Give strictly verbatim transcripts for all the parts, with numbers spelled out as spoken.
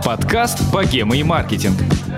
Подкаст «Богема и маркетинг».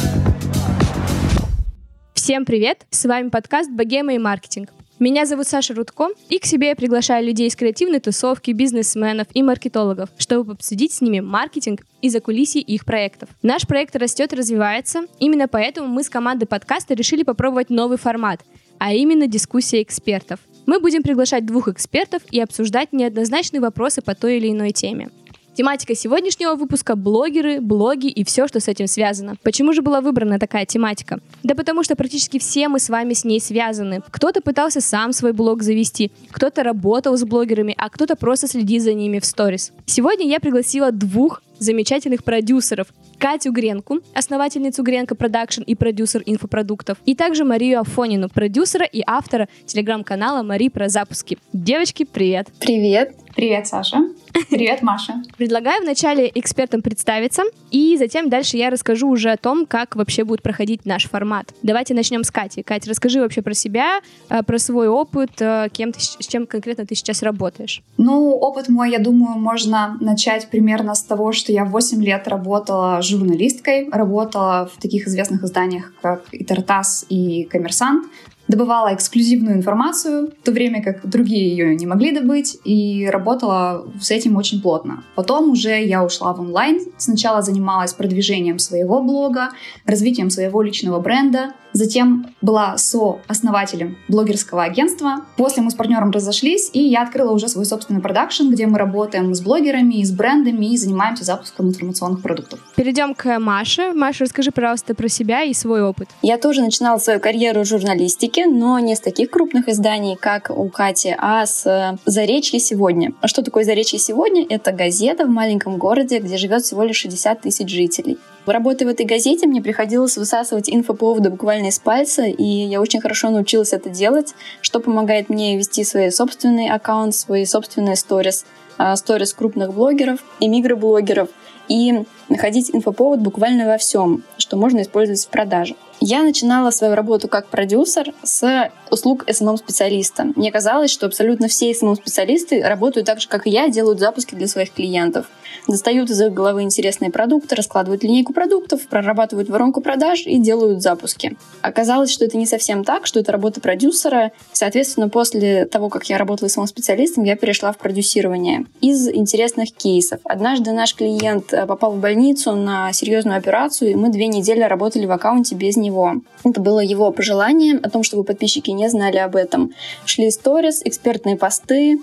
Всем привет! С вами подкаст «Богема и маркетинг». Меня зовут Саша Рудко, и к себе я приглашаю людей из креативной тусовки, бизнесменов и маркетологов, чтобы обсудить с ними маркетинг и закулисье их проектов. Наш проект растет и развивается, именно поэтому мы с командой подкаста решили попробовать новый формат, а именно дискуссия экспертов. Мы будем приглашать двух экспертов и обсуждать неоднозначные вопросы по той или иной теме. Тематика сегодняшнего выпуска – блогеры, блоги и все, что с этим связано. Почему же была выбрана такая тематика? Да потому что практически все мы с вами с ней связаны. Кто-то пытался сам свой блог завести, кто-то работал с блогерами, а кто-то просто следит за ними в сторис. Сегодня я пригласила двух замечательных продюсеров. Катю Гренку, основательницу Гренко Продакшн и продюсер инфопродуктов, и также Марию Афонину, продюсера и автора телеграм-канала Мари про запуски. Девочки, привет! Привет! Привет, Саша! Привет, Маша! Предлагаю вначале экспертам представиться, и затем дальше я расскажу уже о том, как вообще будет проходить наш формат. Давайте начнем с Кати. Катя, расскажи вообще про себя, про свой опыт, кем ты, с чем конкретно ты сейчас работаешь. Ну, опыт мой, я думаю, можно начать примерно с того, что я восемь лет работала журналисткой, работала в таких известных изданиях, как и Тартас, и Коммерсант, добывала эксклюзивную информацию, в то время как другие ее не могли добыть, и работала с этим очень плотно. Потом уже я ушла в онлайн, сначала занималась продвижением своего блога, развитием своего личного бренда, затем была сооснователем блогерского агентства. После мы с партнером разошлись, и я открыла уже свой собственный продакшн, где мы работаем с блогерами, и с брендами, и занимаемся запуском информационных продуктов. Перейдем к Маше. Маша, расскажи, пожалуйста, про себя и свой опыт. Я тоже начинала свою карьеру в журналистике, но не с таких крупных изданий, как у Кати, а с «Заречья сегодня». А что такое «Заречье сегодня»? Это газета в маленьком городе, где живет всего лишь шестьдесят тысяч жителей. Работая в этой газете, мне приходилось высасывать инфоповоды буквально из пальца, и я очень хорошо научилась это делать, что помогает мне вести свои собственные аккаунты, свои собственные сторис, сторис крупных блогеров и микроблогеров, и находить инфоповод буквально во всем, что можно использовать в продаже. Я начинала свою работу как продюсер с услуг эс эм эм-специалиста. Мне казалось, что абсолютно все эс эм эм-специалисты работают так же, как и я, делают запуски для своих клиентов. Достают из их головы интересные продукты, раскладывают линейку продуктов, прорабатывают воронку продаж и делают запуски. Оказалось, что это не совсем так, что это работа продюсера. Соответственно, после того, как я работала эс эм эм-специалистом, я перешла в продюсирование. Из интересных кейсов. Однажды наш клиент попал в больницу на серьезную операцию, и мы две недели работали в аккаунте без него. Это было его пожелание о том, чтобы подписчики не знали об этом. Шли сторис, экспертные посты,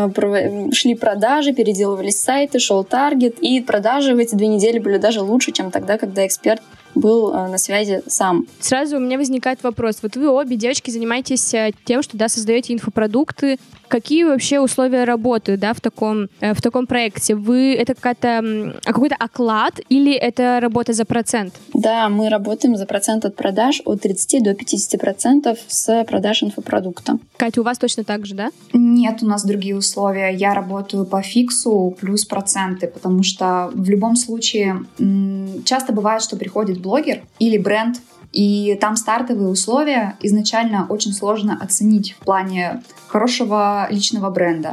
шли продажи, переделывались сайты, шел таргет, и продажи в эти две недели были даже лучше, чем тогда, когда эксперт был на связи сам. Сразу у меня возникает вопрос. Вот вы обе девочки занимаетесь тем, что да, создаете инфопродукты. Какие вообще условия работы, да, в таком, в таком проекте? Вы это какая-то, какой-то оклад или это работа за процент? Да, мы работаем за процент от продаж от тридцати до пятидесяти процентов с продаж инфопродукта. Катя, у вас точно так же, да? Нет, у нас другие условия. Я работаю по фиксу плюс проценты, потому что в любом случае часто бывает, что приходит блогер или бренд, и там стартовые условия изначально очень сложно оценить в плане хорошего личного бренда.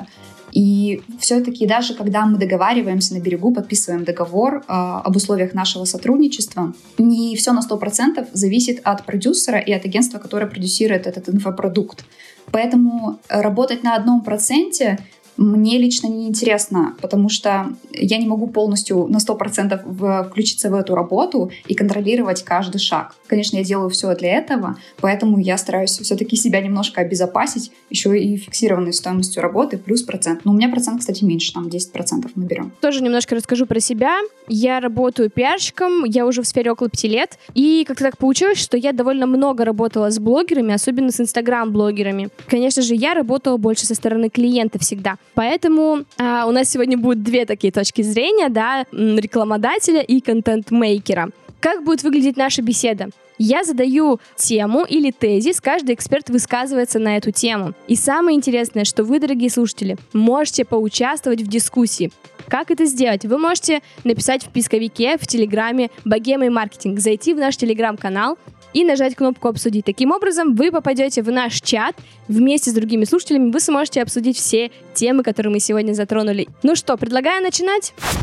И все-таки даже когда мы договариваемся на берегу, подписываем договор э, об условиях нашего сотрудничества, не все на сто процентов зависит от продюсера и от агентства, которое продюсирует этот инфопродукт. Поэтому работать на одном проценте мне лично неинтересно, потому что я не могу полностью на сто процентов включиться в эту работу и контролировать каждый шаг. Конечно, я делаю все для этого, поэтому я стараюсь все-таки себя немножко обезопасить еще и фиксированной стоимостью работы плюс процент. Но у меня процент, кстати, меньше, там десять процентов мы берем. Тоже немножко расскажу про себя. Я работаю пиарщиком, я уже в сфере около пяти лет, и как-то так получилось, что я довольно много работала с блогерами, особенно с инстаграм-блогерами. Конечно же, я работала больше со стороны клиента всегда. Поэтому а, у нас сегодня будут две такие точки зрения, да, рекламодателя и контент-мейкера. Как будет выглядеть наша беседа? Я задаю тему или тезис, каждый эксперт высказывается на эту тему. И самое интересное, что вы, дорогие слушатели, можете поучаствовать в дискуссии. Как это сделать? Вы можете написать в поисковике в Телеграме «Богема и маркетинг», зайти в наш Телеграм-канал и нажать кнопку «Обсудить». Таким образом, вы попадете в наш чат. Вместе с другими слушателями вы сможете обсудить все темы, которые мы сегодня затронули. Ну что, предлагаю начинать?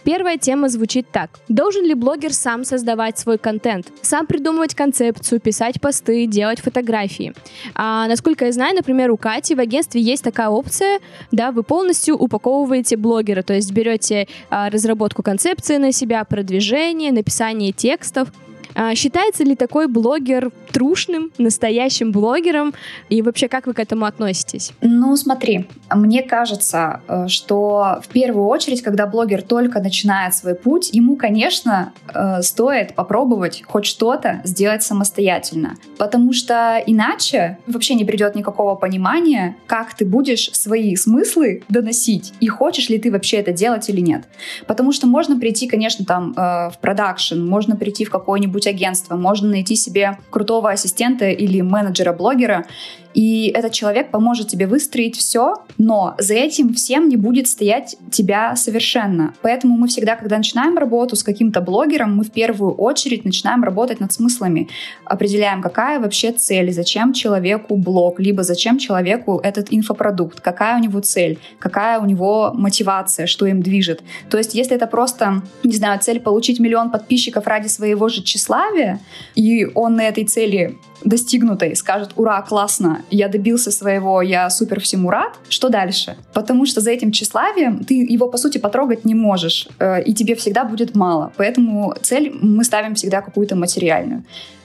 Первая тема звучит так. Должен ли блогер сам создавать свой контент? Сам придумывать концепцию, писать посты, делать фотографии? А, насколько я знаю, например, у Кати в агентстве есть такая опция, да, вы полностью упаковываете блогера, то есть берете а, разработку концепции на себя, продвижение, написание текстов. А, считается ли такой блогер трушным, настоящим блогером? И вообще, как вы к этому относитесь? Ну, смотри, мне кажется, что в первую очередь, когда блогер только начинает свой путь, ему, конечно, стоит попробовать хоть что-то сделать самостоятельно. Потому что иначе вообще не придет никакого понимания, как ты будешь свои смыслы доносить, и хочешь ли ты вообще это делать или нет. Потому что можно прийти, конечно, там в продакшн, можно прийти в какое-нибудь агентство, можно найти себе крутого ассистента или менеджера-блогера, и этот человек поможет тебе выстроить все, но за этим всем не будет стоять тебя совершенно. Поэтому мы всегда, когда начинаем работу с каким-то блогером, мы в первую очередь начинаем работать над смыслами. Определяем, какая вообще цель, зачем человеку блог, либо зачем человеку этот инфопродукт, какая у него цель, какая у него мотивация, что им движет. То есть, если это просто, не знаю, цель получить миллион подписчиков ради своего же тщеславия, и он на этой цели достигнутой скажет: ура, классно, я добился своего, я супер всему рад, что дальше? Потому что за этим тщеславием ты его, по сути, потрогать не можешь, э, и тебе всегда будет мало. Поэтому цель мы ставим всегда какую-то материальную.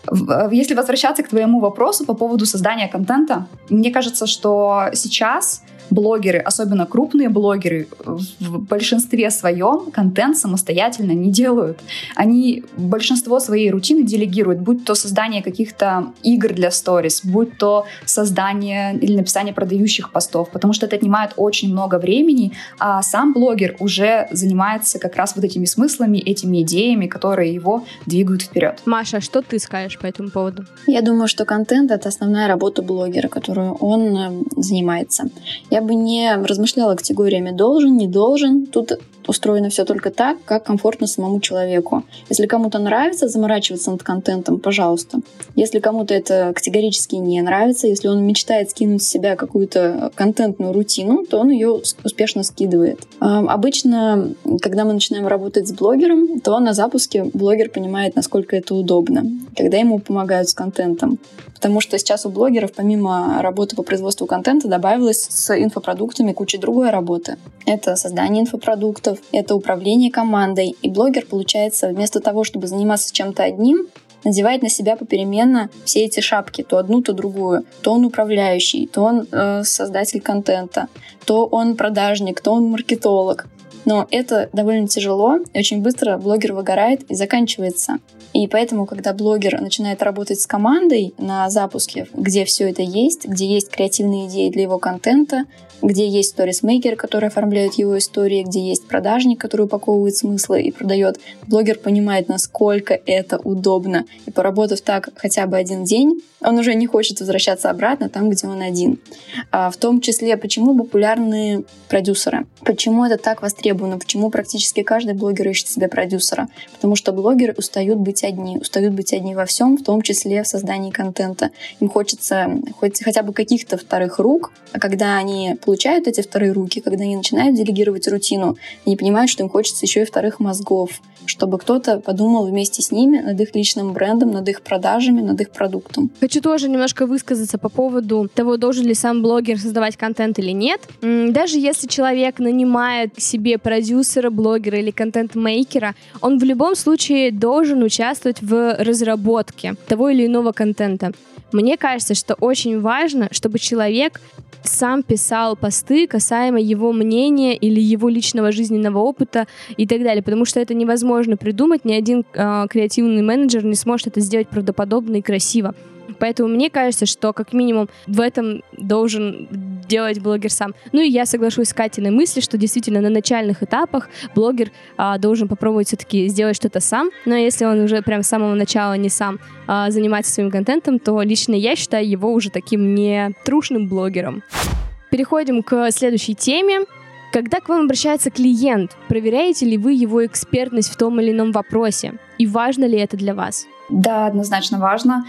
Если возвращаться к твоему вопросу по поводу создания контента, мне кажется, что сейчас блогеры, особенно крупные блогеры, в большинстве своем контент самостоятельно не делают. Они большинство своей рутины делегируют, будь то создание каких-то игр для сторис, будь то создание или написание продающих постов, потому что это отнимает очень много времени, а сам блогер уже занимается как раз вот этими смыслами, этими идеями, которые его двигают вперед. Маша, что ты скажешь по этому поводу? Я думаю, что контент — это основная работа блогера, которую он занимается. Я бы не размышляла категориями «должен», «не должен». Тут устроено все только так, как комфортно самому человеку. Если кому-то нравится заморачиваться над контентом, пожалуйста. Если кому-то это категорически не нравится, если он мечтает скинуть с себя какую-то контентную рутину, то он ее успешно скидывает. Обычно, когда мы начинаем работать с блогером, то на запуске блогер понимает, насколько это удобно, когда ему помогают с контентом. Потому что сейчас у блогеров, помимо работы по производству контента, добавилось с инфопродуктами куча другой работы. Это создание инфопродуктов, это управление командой. И блогер, получается, вместо того, чтобы заниматься чем-то одним, надевает на себя попеременно все эти шапки, то одну, то другую. То он управляющий, то он э, создатель контента, то он продажник, то он маркетолог. Но это довольно тяжело, и очень быстро блогер выгорает и заканчивается. И поэтому, когда блогер начинает работать с командой на запуске, где все это есть, где есть креативные идеи для его контента, где есть сторисмейкер, который оформляет его истории, где есть продажник, который упаковывает смыслы и продает, блогер понимает, насколько это удобно. И поработав так хотя бы один день, он уже не хочет возвращаться обратно там, где он один. А в том числе, почему популярны продюсеры? Почему это так востребовано? Почему практически каждый блогер ищет себе продюсера? Потому что блогеры устают быть одни. Устают быть одни во всем, в том числе в создании контента. Им хочется хоть хотя бы каких-то вторых рук, а когда они получают эти вторые руки, когда они начинают делегировать рутину, они понимают, что им хочется еще и вторых мозгов, чтобы кто-то подумал вместе с ними над их личным брендом, над их продажами, над их продуктом. Хочу тоже немножко высказаться по поводу того, должен ли сам блогер создавать контент или нет. Даже если человек нанимает себе продюсера, блогера или контент-мейкера, он в любом случае должен участвовать в разработке того или иного контента. Мне кажется, что очень важно, чтобы человек сам писал посты касаемо его мнения или его личного жизненного опыта и так далее, потому что это невозможно придумать, ни один э, креативный менеджер не сможет это сделать правдоподобно и красиво. Поэтому мне кажется, что как минимум в этом должен делать блогер сам. Ну и я соглашусь с Катиной мыслью, что действительно на начальных этапах блогер а, должен попробовать все-таки сделать что-то сам. Но если он уже прям с самого начала не сам а, занимается своим контентом, то лично я считаю его уже таким не трушным блогером. Переходим к следующей теме. Когда к вам обращается клиент, проверяете ли вы его экспертность в том или ином вопросе? И важно ли это для вас? Да, однозначно важно.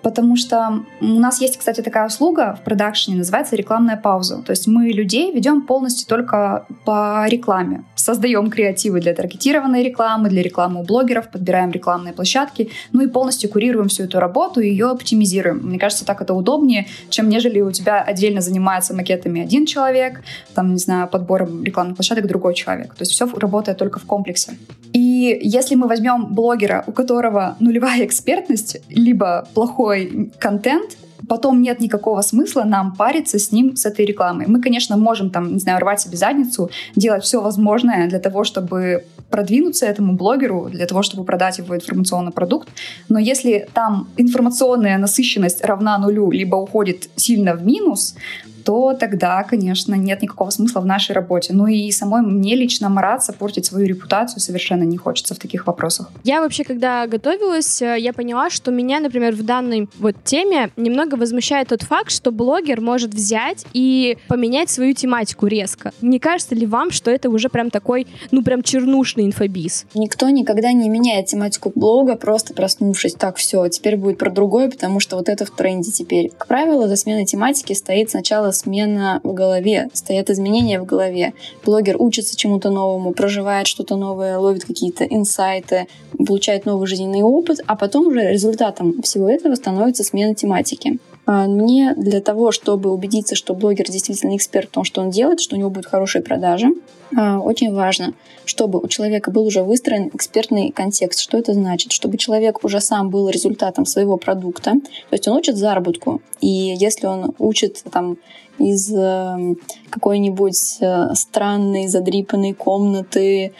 Потому что у нас есть, кстати, такая услуга в продакшене, называется рекламная пауза. То есть мы людей ведем полностью только по рекламе. Создаем креативы для таргетированной рекламы, для рекламы у блогеров, подбираем рекламные площадки, ну и полностью курируем всю эту работу и ее оптимизируем. Мне кажется, так это удобнее, чем нежели у тебя отдельно занимается макетами один человек, там, не знаю, подбором рекламных площадок другой человек. То есть все работает только в комплексе. И если мы возьмем блогера, у которого нулевая экспертность, либо плохой контент, потом нет никакого смысла нам париться с ним, с этой рекламой. Мы, конечно, можем там, не знаю, рвать себе задницу, делать все возможное для того, чтобы продвинуться этому блогеру, для того, чтобы продать его информационный продукт. Но если там информационная насыщенность равна нулю, либо уходит сильно в минус, то тогда, конечно, нет никакого смысла в нашей работе. Ну и самой мне лично мараться, портить свою репутацию совершенно не хочется в таких вопросах. Я вообще, когда готовилась, я поняла, что меня, например, в данной вот теме немного возмущает тот факт, что блогер может взять и поменять свою тематику резко. Не кажется ли вам, что это уже прям такой, ну прям чернушный инфобиз? Никто никогда не меняет тематику блога, просто проснувшись. Так, все, теперь будет про другое, потому что вот это в тренде теперь. Как правило, за сменой тематики стоит сначала смена в голове, стоят изменения в голове. Блогер учится чему-то новому, проживает что-то новое, ловит какие-то инсайты, получает новый жизненный опыт, а потом уже результатом всего этого становится смена тематики. Мне для того, чтобы убедиться, что блогер действительно эксперт в том, что он делает, что у него будут хорошие продажи, очень важно, чтобы у человека был уже выстроен экспертный контекст. Что это значит? Чтобы человек уже сам был результатом своего продукта. То есть он учит заработку. И если он учит там, из какой-нибудь странной задрипанной комнаты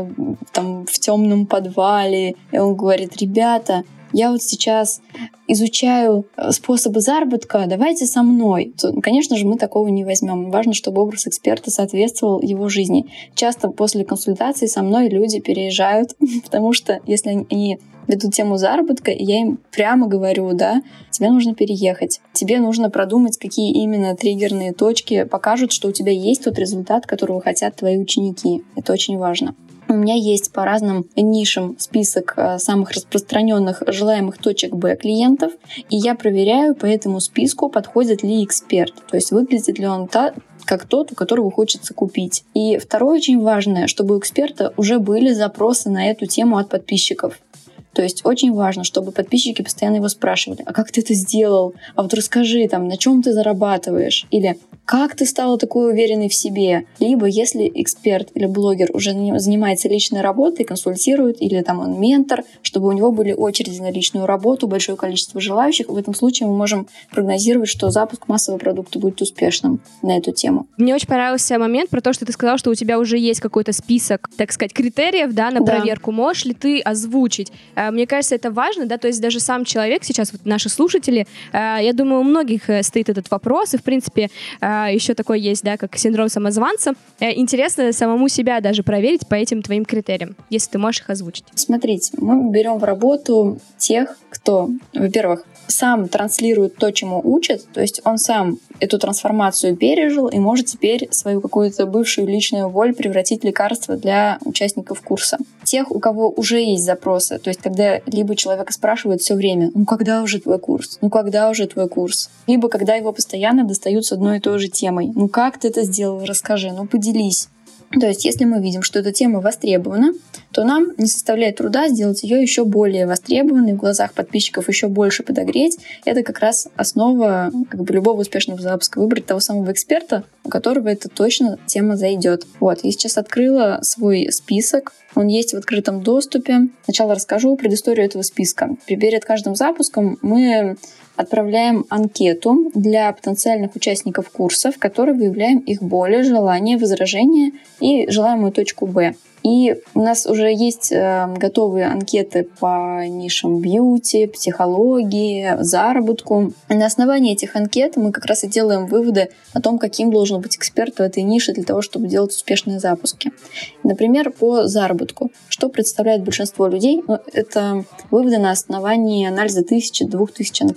там, в темном подвале, и он говорит: ребята, я вот сейчас изучаю способы заработка, давайте со мной. То, конечно же, мы такого не возьмем. Важно, чтобы образ эксперта соответствовал его жизни. Часто после консультации со мной люди переезжают, потому что если они ведут тему заработка, и я им прямо говорю: да, тебе нужно переехать. Тебе нужно продумать, какие именно триггерные точки покажут, что у тебя есть тот результат, которого хотят твои ученики. Это очень важно. У меня есть по разным нишам список самых распространенных желаемых точек Б клиентов, и я проверяю по этому списку, подходит ли эксперт, то есть выглядит ли он та, как тот, у которого хочется купить. И второе очень важное, чтобы у эксперта уже были запросы на эту тему от подписчиков. То есть очень важно, чтобы подписчики постоянно его спрашивали: а как ты это сделал? А вот расскажи, там, на чем ты зарабатываешь? Или как ты стала такой уверенной в себе? Либо если эксперт или блогер уже занимается личной работой, консультирует, или там он ментор, чтобы у него были очереди на личную работу, большое количество желающих, в этом случае мы можем прогнозировать, что запуск массового продукта будет успешным на эту тему. Мне очень понравился момент про то, что ты сказал, что у тебя уже есть какой-то список, так сказать, критериев, да, на Да. проверку. Можешь ли ты озвучить? Мне кажется, это важно, да, то есть даже сам человек, сейчас вот наши слушатели, я думаю, у многих стоит этот вопрос, и, в принципе, еще такой есть, да, как синдром самозванца. Интересно самому себя даже проверить по этим твоим критериям, если ты можешь их озвучить. Смотрите, мы берем в работу тех, кто, во-первых, сам транслирует то, чему учат, то есть он сам эту трансформацию пережил и может теперь свою какую-то бывшую личную волю превратить в лекарство для участников курса. Тех, у кого уже есть запросы, то есть когда либо человека спрашивают все время: ну когда уже твой курс? Ну когда уже твой курс? Либо когда его постоянно достают с одной и той же темой: ну как ты это сделал? Расскажи, ну поделись. То есть, если мы видим, что эта тема востребована, то нам не составляет труда сделать ее еще более востребованной, в глазах подписчиков еще больше подогреть. Это как раз основа как бы, любого успешного запуска. Выбрать того самого эксперта, у которого эта точно тема зайдет. Вот, я сейчас открыла свой список. Он есть в открытом доступе. Сначала расскажу предысторию этого списка. Перед каждым запуском мы отправляем анкету для потенциальных участников курса, в которой выявляем их боли, желания, возражения и желаемую точку Б. И у нас уже есть э, готовые анкеты по нишам бьюти, психологии, заработку. И на основании этих анкет мы как раз и делаем выводы о том, каким должен быть эксперт в этой нише для того, чтобы делать успешные запуски. Например, по заработку. Что представляет большинство людей? Ну, это выводы на основании анализа тысячи-двух тысяч анкет.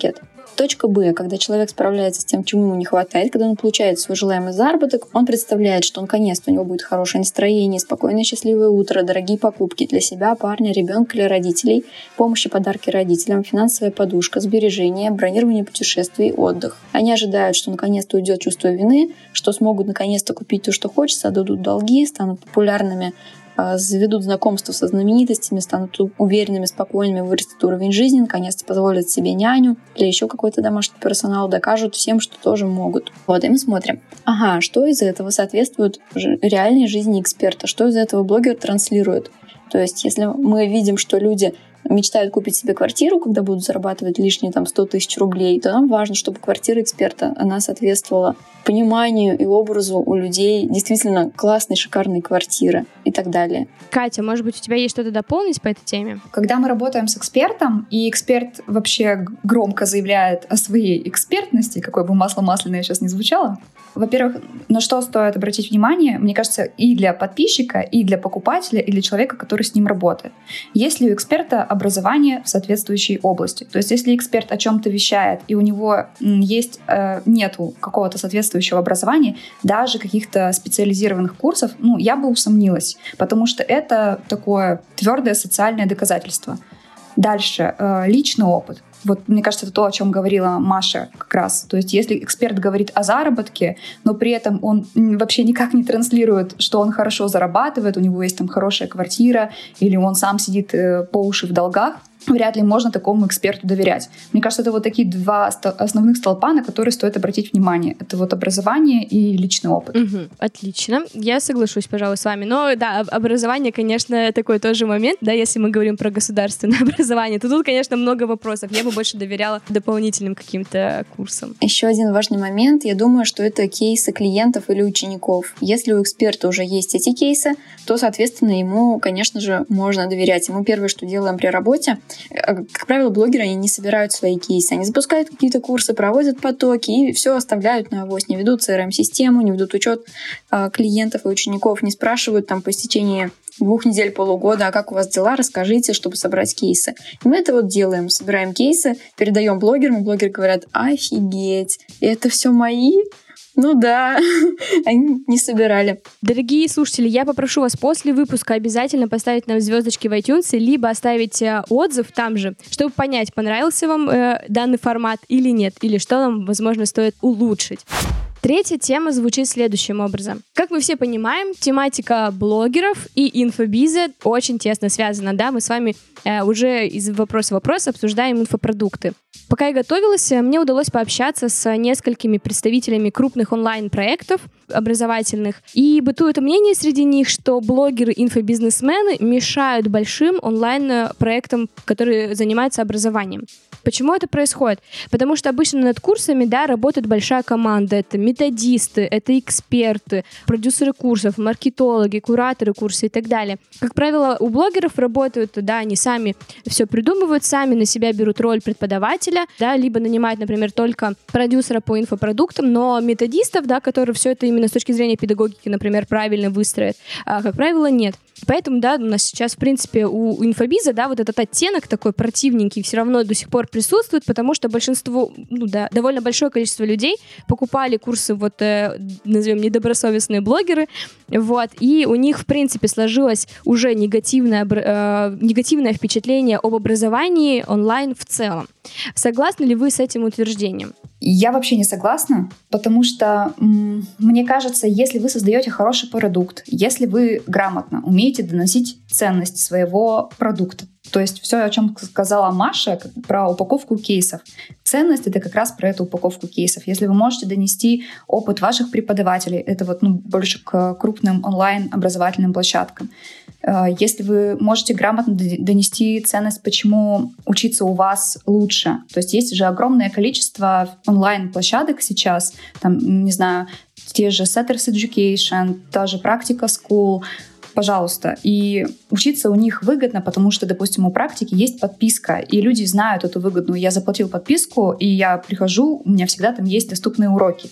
Точка Б. Когда человек справляется с тем, чему ему не хватает, когда он получает свой желаемый заработок, он представляет, что наконец-то у него будет хорошее настроение, спокойное счастливое утро, дорогие покупки для себя, парня, ребенка или родителей, помощь и подарки родителям, финансовая подушка, сбережения, бронирование путешествий, отдых. Они ожидают, что наконец-то уйдет чувство вины, что смогут наконец-то купить то, что хочется, отдадут долги, станут популярными, заведут знакомство со знаменитостями, станут уверенными, спокойными, вырастет уровень жизни, наконец-то позволят себе няню или еще какой-то домашний персонал, докажут всем, что тоже могут. Вот, и мы смотрим. Ага, что из этого соответствует реальной жизни эксперта? Что из этого блогер транслирует? То есть, если мы видим, что люди мечтают купить себе квартиру, когда будут зарабатывать лишние там, сто тысяч рублей, то нам важно, чтобы квартира эксперта, она соответствовала пониманию и образу у людей действительно классной, шикарной квартиры и так далее. Катя, может быть, у тебя есть что-то дополнить по этой теме? Когда мы работаем с экспертом, и эксперт вообще громко заявляет о своей экспертности, какое бы масло масляное сейчас не звучало, во-первых, на что стоит обратить внимание, мне кажется, и для подписчика, и для покупателя, и для человека, который с ним работает. Если у эксперта образование в соответствующей области, то есть если эксперт о чем-то вещает, и у него есть, э, нету какого-то соответствующего образования, даже каких-то специализированных курсов, ну, я бы усомнилась, потому что это такое твердое социальное доказательство. Дальше, э, личный опыт. Вот, мне кажется, это то, о чем говорила Маша как раз. То есть если эксперт говорит о заработке, но при этом он вообще никак не транслирует, что он хорошо зарабатывает, у него есть там хорошая квартира, или он сам сидит э, по уши в долгах, вряд ли можно такому эксперту доверять. Мне кажется, это вот такие два основных столпа, на которые стоит обратить внимание. Это вот образование и личный опыт. Угу, отлично. Я соглашусь, пожалуй, с вами. Но да, образование, конечно, такой тоже момент. Да, если мы говорим про государственное образование, то тут, конечно, много вопросов. Я бы больше доверяла дополнительным каким-то курсам. Еще один важный момент. Я думаю, что это кейсы клиентов или учеников. Если у эксперта уже есть эти кейсы, то, соответственно, ему, конечно же, можно доверять. И мы первое, что делаем при работе, как правило, блогеры, они не собирают свои кейсы, они запускают какие-то курсы, проводят потоки и все оставляют на авось, не ведут си эр эм-систему, не ведут учет э, клиентов и учеников, не спрашивают там по истечении двух недель, полугода, а как у вас дела, расскажите, чтобы собрать кейсы. И мы это вот делаем, собираем кейсы, передаем блогерам, и блогеры говорят: офигеть, это все мои? Ну да, они не собирали. Дорогие слушатели, я попрошу вас после выпуска обязательно поставить нам звездочки в iTunes, либо оставить отзыв там же, чтобы понять, понравился вам э, данный формат или нет, или что нам, возможно, стоит улучшить. Третья тема звучит следующим образом. Как мы все понимаем, тематика блогеров и инфобиза очень тесно связана. Да? Мы с вами э, уже из вопроса в вопрос обсуждаем инфопродукты. Пока я готовилась, мне удалось пообщаться с несколькими представителями крупных онлайн-проектов образовательных. И бытует мнение среди них, что блогеры-инфобизнесмены мешают большим онлайн-проектам, которые занимаются образованием. Почему это происходит? Потому что обычно над курсами, да, работает большая команда. Это методисты, это эксперты, продюсеры курсов, маркетологи, кураторы курса и так далее. Как правило, у блогеров работают, да, они сами все придумывают, сами на себя берут роль преподавателя, да, либо нанимают, например, только продюсера по инфопродуктам, но методистов, да, которые все это именно с точки зрения педагогики, например, правильно выстроят, а, как правило, нет. Поэтому, да, у нас сейчас, в принципе, у, у инфобиза, да, вот этот оттенок такой противненький все равно до сих пор присутствует, потому что большинство, ну да, довольно большое количество людей покупали курсы, вот, э, назовем, недобросовестные блогеры, вот, и у них, в принципе, сложилось уже негативное, э, негативное впечатление об образовании онлайн в целом. Согласны ли вы с этим утверждением? Я вообще не согласна, потому что м- мне кажется, если вы создаете хороший продукт, если вы грамотно умеете доносить ценность своего продукта, то есть все, о чем сказала Маша, про упаковку кейсов. Ценность — это как раз про эту упаковку кейсов. Если вы можете донести опыт ваших преподавателей, это вот, ну, больше к крупным онлайн-образовательным площадкам. Если вы можете грамотно донести ценность, почему учиться у вас лучше. То есть есть же огромное количество онлайн-площадок сейчас, там, не знаю, те же Setters Education, та же Practica School, пожалуйста. И учиться у них выгодно, потому что, допустим, у практики есть подписка, и люди знают эту выгодную. Я заплатил подписку, и я прихожу, у меня всегда там есть доступные уроки.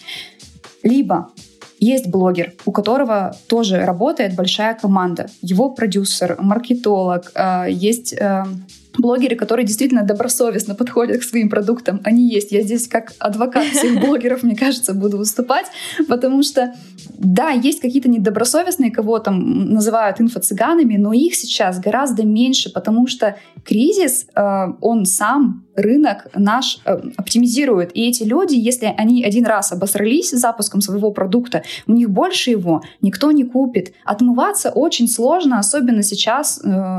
Либо есть блогер, у которого тоже работает большая команда. Его продюсер, маркетолог, есть блогеры, которые действительно добросовестно подходят к своим продуктам, они есть. Я здесь как адвокат всех блогеров, мне кажется, буду выступать, потому что, да, есть какие-то недобросовестные, кого там называют инфо-цыганами, но их сейчас гораздо меньше, потому что кризис, он сам, рынок наш оптимизирует. И эти люди, если они один раз обосрались с запуском своего продукта, у них больше его никто не купит. Отмываться очень сложно, особенно сейчас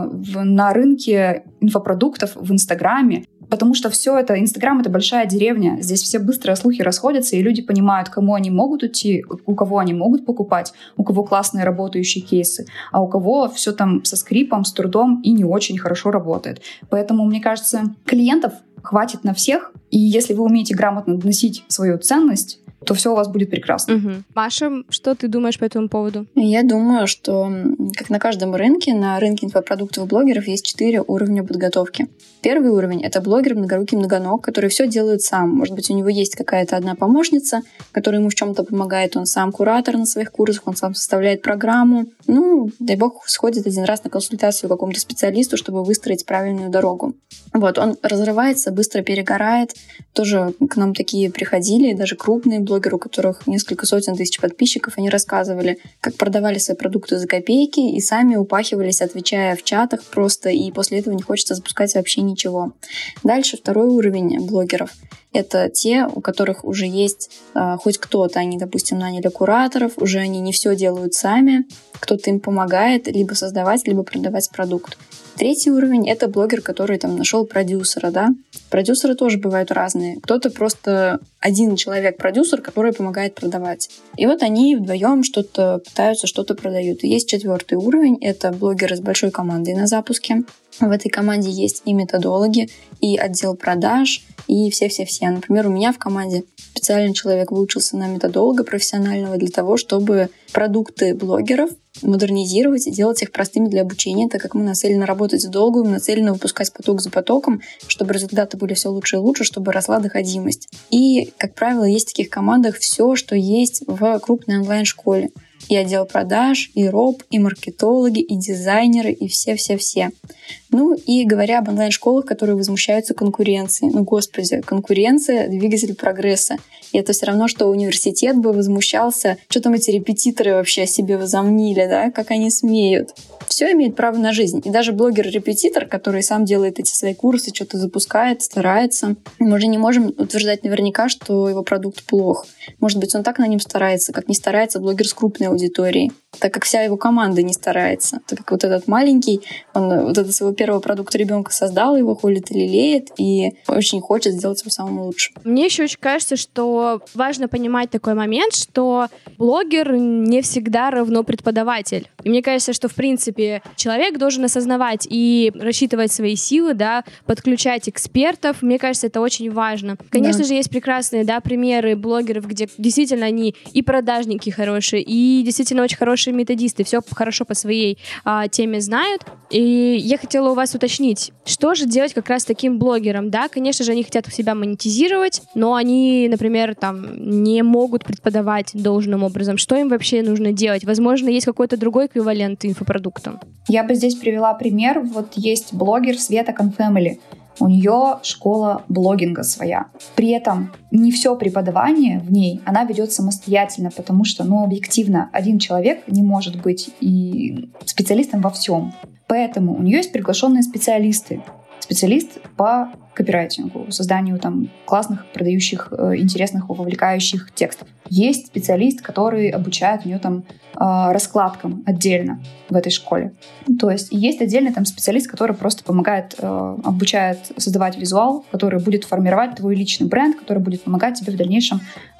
на рынке инфопродуктов в Инстаграме. Потому что все это, Инстаграм — это большая деревня. Здесь все быстрые слухи расходятся, и люди понимают, кому они могут идти, у кого они могут покупать, у кого классные работающие кейсы, а у кого все там со скрипом, с трудом и не очень хорошо работает. Поэтому, мне кажется, клиентов хватит на всех, и если вы умеете грамотно доносить свою ценность, то все у вас будет прекрасно. Угу. Маша, что ты думаешь по этому поводу? Я думаю, что, как на каждом рынке, на рынке инфопродуктов и блогеров есть четыре уровня подготовки. Первый уровень — это блогер многорукий многоног, который все делает сам. Может быть, у него есть какая-то одна помощница, которая ему в чем-то помогает. Он сам куратор на своих курсах, он сам составляет программу. Ну, дай бог, сходит один раз на консультацию к какому-то специалисту, чтобы выстроить правильную дорогу. Вот, он разрывается, быстро перегорает. Тоже к нам такие приходили, даже крупные блогеры, у которых несколько сотен тысяч подписчиков, они рассказывали, как продавали свои продукты за копейки и сами упахивались, отвечая в чатах просто, и после этого не хочется запускать вообще ничего. Дальше второй уровень блогеров. Это те, у которых уже есть э, хоть кто-то, они, допустим, наняли кураторов, уже они не все делают сами, кто-то им помогает либо создавать, либо продавать продукт. Третий уровень — это блогер, который там нашел продюсера, да. Продюсеры тоже бывают разные. Кто-то просто один человек-продюсер, который помогает продавать. И вот они вдвоем что-то пытаются, что-то продают. И есть четвертый уровень — это блогеры с большой командой на запуске. В этой команде есть и методологи, и отдел продаж, и все-все-все. Например, у меня в команде специальный человек выучился на методолога профессионального для того, чтобы продукты блогеров модернизировать и делать их простыми для обучения, так как мы нацелены работать в долгую, мы нацелены выпускать поток за потоком, чтобы результаты были все лучше и лучше, чтобы росла доходимость. И, как правило, есть в таких командах все, что есть в крупной онлайн-школе. И отдел продаж, и роб, и маркетологи, и дизайнеры, и все-все-все. Ну и говоря об онлайн-школах, которые возмущаются конкуренцией. Ну, господи, конкуренция — двигатель прогресса. И это все равно, что университет бы возмущался, что там эти репетиторы вообще о себе возомнили, да, как они смеют. Все имеет право на жизнь. И даже блогер-репетитор, который сам делает эти свои курсы, что-то запускает, старается, мы же не можем утверждать наверняка, что его продукт плох. Может быть, он так на нем старается, как не старается блогер с крупной аудиторией, так как вся его команда не старается. Так как вот этот маленький, он вот этот своего первого продукта ребенка создал, его холит и лелеет, и очень хочет сделать его самым лучшим. Мне еще очень кажется, что важно понимать такой момент, что блогер не всегда равно преподаватель. И мне кажется, что, в принципе, человек должен осознавать и рассчитывать свои силы, да, подключать экспертов. Мне кажется, это очень важно. Конечно да. же, есть прекрасные, да, примеры блогеров, где действительно они и продажники хорошие, и действительно очень хорошие методисты, все хорошо по своей а, теме знают. И я хотела у вас уточнить, что же делать как раз таким блогерам, да? Конечно же, они хотят себя монетизировать, но они, например, там, не могут преподавать должным образом. Что им вообще нужно делать? Возможно, есть какой-то другой эквивалент инфопродуктам. Я бы здесь привела пример. Вот есть блогер Света Confamily. У нее школа блогинга своя. При этом не все преподавание в ней она ведет самостоятельно, потому что, ну, объективно, один человек не может быть и специалистом во всем. Поэтому у нее есть приглашенные специалисты. Специалист по копирайтингу, созданию там классных, продающих, интересных, вовлекающих текстов. Есть специалист, который обучает у нее там раскладкам отдельно в этой школе. То есть есть отдельный там специалист, который просто помогает, обучает создавать визуал, который будет формировать твой личный бренд, который будет помогать тебе в дальнейшем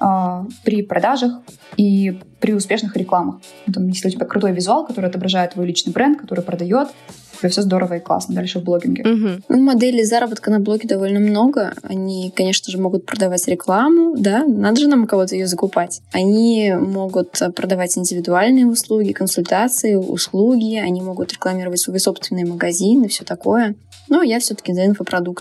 при продажах и при успешных рекламах. Там, если у тебя крутой визуал, который отображает твой личный бренд, который продает, тебе все здорово и классно дальше в блогинге. Угу. Ну, моделей заработка на блоге довольно много. Они, конечно же, могут продавать рекламу, да, надо же нам у кого-то ее закупать. Они могут продавать индивидуальные услуги, консультации, услуги, они могут рекламировать свои собственные магазины, все такое. Но я все-таки за инфопродукты.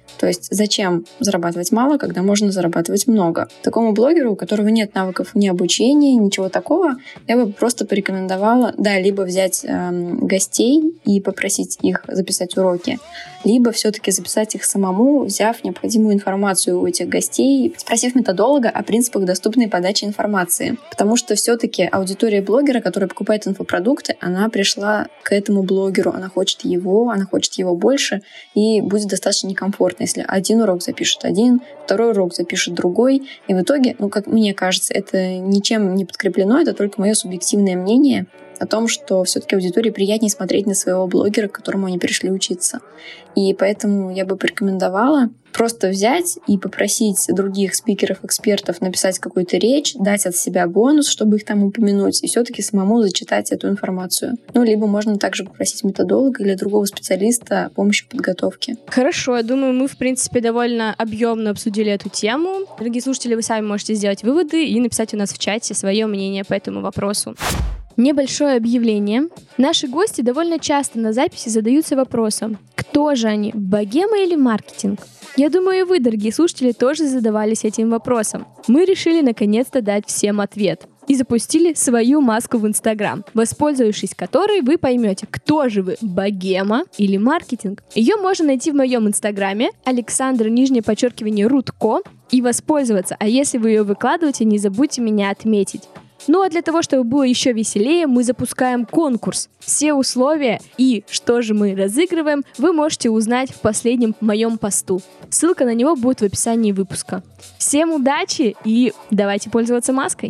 То есть зачем зарабатывать мало, когда можно зарабатывать много? Такому блогеру, у которого нет навыков ни обучения, ничего такого, я бы просто порекомендовала, да, либо взять э, гостей и попросить их записать уроки, либо все-таки записать их самому, взяв необходимую информацию у этих гостей, спросив методолога о принципах доступной подачи информации. Потому что все-таки аудитория блогера, которая покупает инфопродукты, она пришла к этому блогеру, она хочет его, она хочет его больше, и будет достаточно некомфортно, если один урок запишет один, второй урок запишет другой, и в итоге, ну, как мне кажется, это ничем не подкреплено, это только мое субъективное мнение о том, что все-таки аудитории приятнее смотреть на своего блогера, к которому они пришли учиться. И поэтому я бы порекомендовала просто взять и попросить других спикеров, экспертов написать какую-то речь, дать от себя бонус, чтобы их там упомянуть, и все-таки самому зачитать эту информацию. Ну, либо можно также попросить методолога или другого специалиста помощи в подготовке. Хорошо, я думаю, мы, в принципе, довольно объемно обсудили эту тему. Дорогие слушатели, вы сами можете сделать выводы и написать у нас в чате свое мнение по этому вопросу. Небольшое объявление. Наши гости довольно часто на записи задаются вопросом, кто же они, богема или маркетинг? Я думаю, и вы, дорогие слушатели, тоже задавались этим вопросом. Мы решили наконец-то дать всем ответ и запустили свою маску в Инстаграм, воспользовавшись которой вы поймете, кто же вы, богема или маркетинг. Ее можно найти в моем Инстаграме, Александр, нижнее подчеркивание, Рудко, и воспользоваться. А если вы ее выкладываете, не забудьте меня отметить. Ну а для того, чтобы было еще веселее, мы запускаем конкурс. Все условия и что же мы разыгрываем, вы можете узнать в последнем моем посту. Ссылка на него будет в описании выпуска. Всем удачи и давайте пользоваться маской.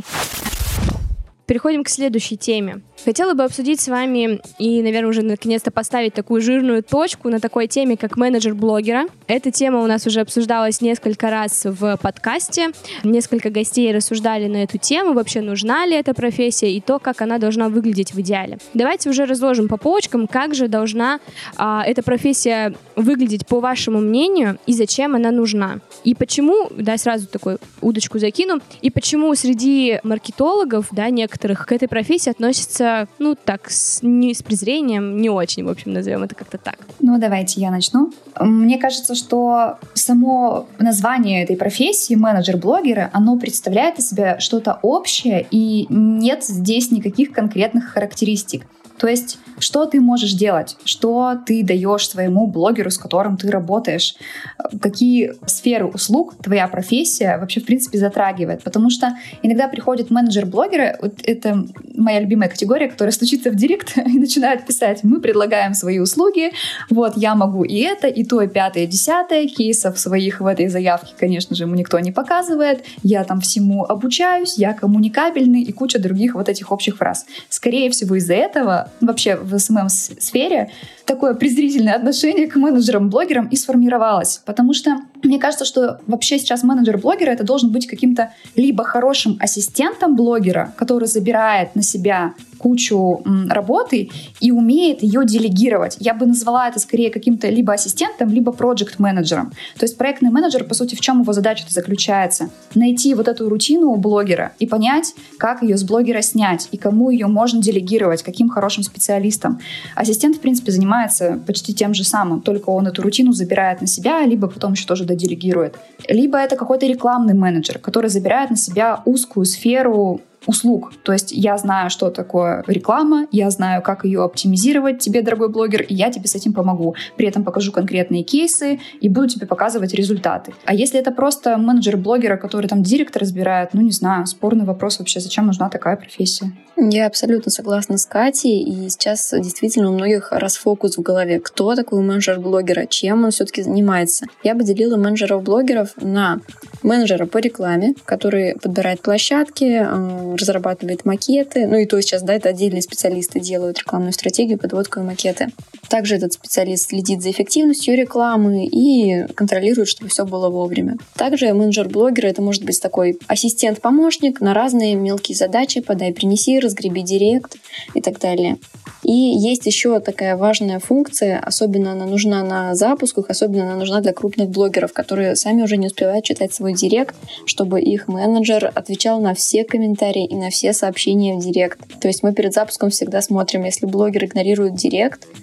Переходим к следующей теме. Хотела бы обсудить с вами и, наверное, уже наконец-то поставить такую жирную точку на такой теме, как менеджер блогера. Эта тема у нас уже обсуждалась несколько раз в подкасте. Несколько гостей рассуждали на эту тему, вообще нужна ли эта профессия и то, как она должна выглядеть в идеале. Давайте уже разложим по полочкам, как же должна а, эта профессия выглядеть по вашему мнению и зачем она нужна. И почему, да, сразу такую удочку закину, и почему среди маркетологов, да, некоторых к этой профессии относятся ну, так, с, не с презрением, не очень, в общем, назовем это как-то так. Ну, давайте я начну. Мне кажется, что само название этой профессии, менеджер-блогера, оно представляет из себя что-то общее, и нет здесь никаких конкретных характеристик. То есть, что ты можешь делать, что ты даешь своему блогеру, с которым ты работаешь, какие сферы услуг твоя профессия вообще, в принципе, затрагивает. Потому что иногда приходит менеджер блогера, вот это моя любимая категория, которая стучится в директ и начинает писать: мы предлагаем свои услуги, вот я могу и это, и то, и пятое, и десятое, кейсов своих в этой заявке, конечно же, ему никто не показывает, я там всему обучаюсь, я коммуникабельный и куча других вот этих общих фраз. Скорее всего, из-за этого вообще в эс эм эм-сфере такое презрительное отношение к менеджерам-блогерам и сформировалось. Потому что мне кажется, что вообще сейчас менеджер-блогера это должен быть каким-то либо хорошим ассистентом блогера, который забирает на себя кучу м, работы и умеет ее делегировать. Я бы назвала это скорее каким-то либо ассистентом, либо проект-менеджером. То есть проектный менеджер, по сути, в чем его задача-то заключается? Найти вот эту рутину у блогера и понять, как ее с блогера снять и кому ее можно делегировать, каким хорошим специалистам. Ассистент, в принципе, занимается почти тем же самым, только он эту рутину забирает на себя, либо потом еще тоже доделегирует. Либо это какой-то рекламный менеджер, который забирает на себя узкую сферу услуг. То есть я знаю, что такое реклама, я знаю, как ее оптимизировать тебе, дорогой блогер, и я тебе с этим помогу. При этом покажу конкретные кейсы и буду тебе показывать результаты. А если это просто менеджер блогера, который там директор разбирает, ну не знаю, спорный вопрос вообще, зачем нужна такая профессия? Я абсолютно согласна с Катей, и сейчас действительно у многих расфокус в голове. Кто такой менеджер блогера, чем он все-таки занимается? Я бы делила менеджеров-блогеров на менеджера по рекламе, который подбирает площадки, разрабатывает макеты, ну и то сейчас, да, это отдельные специалисты делают рекламную стратегию, подводку и макеты. Также этот специалист следит за эффективностью рекламы и контролирует, чтобы все было вовремя. Также менеджер-блогера — это может быть такой ассистент-помощник на разные мелкие задачи: подай, принеси, разгреби директ и так далее. И есть еще такая важная функция, особенно она нужна на запусках, особенно она нужна для крупных блогеров, которые сами уже не успевают читать свой директ, чтобы их менеджер отвечал на все комментарии и на все сообщения в директ. То есть мы перед запуском всегда смотрим, если блогер игнорирует директ,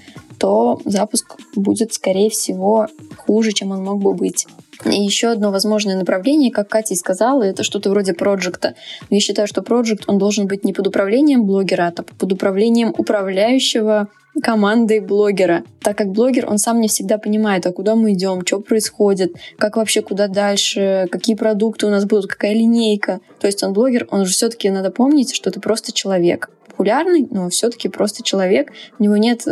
то запуск будет, скорее всего, хуже, чем он мог бы быть. И еще одно возможное направление, как Катя и сказала, это что-то вроде проекта. Я считаю, что проект, он должен быть не под управлением блогера, а под управлением управляющего командой блогера. Так как блогер, он сам не всегда понимает, а куда мы идем, что происходит, как вообще куда дальше, какие продукты у нас будут, какая линейка. То есть он блогер, он же все-таки надо помнить, что это просто человек. Популярный, но все-таки просто человек. У него нет,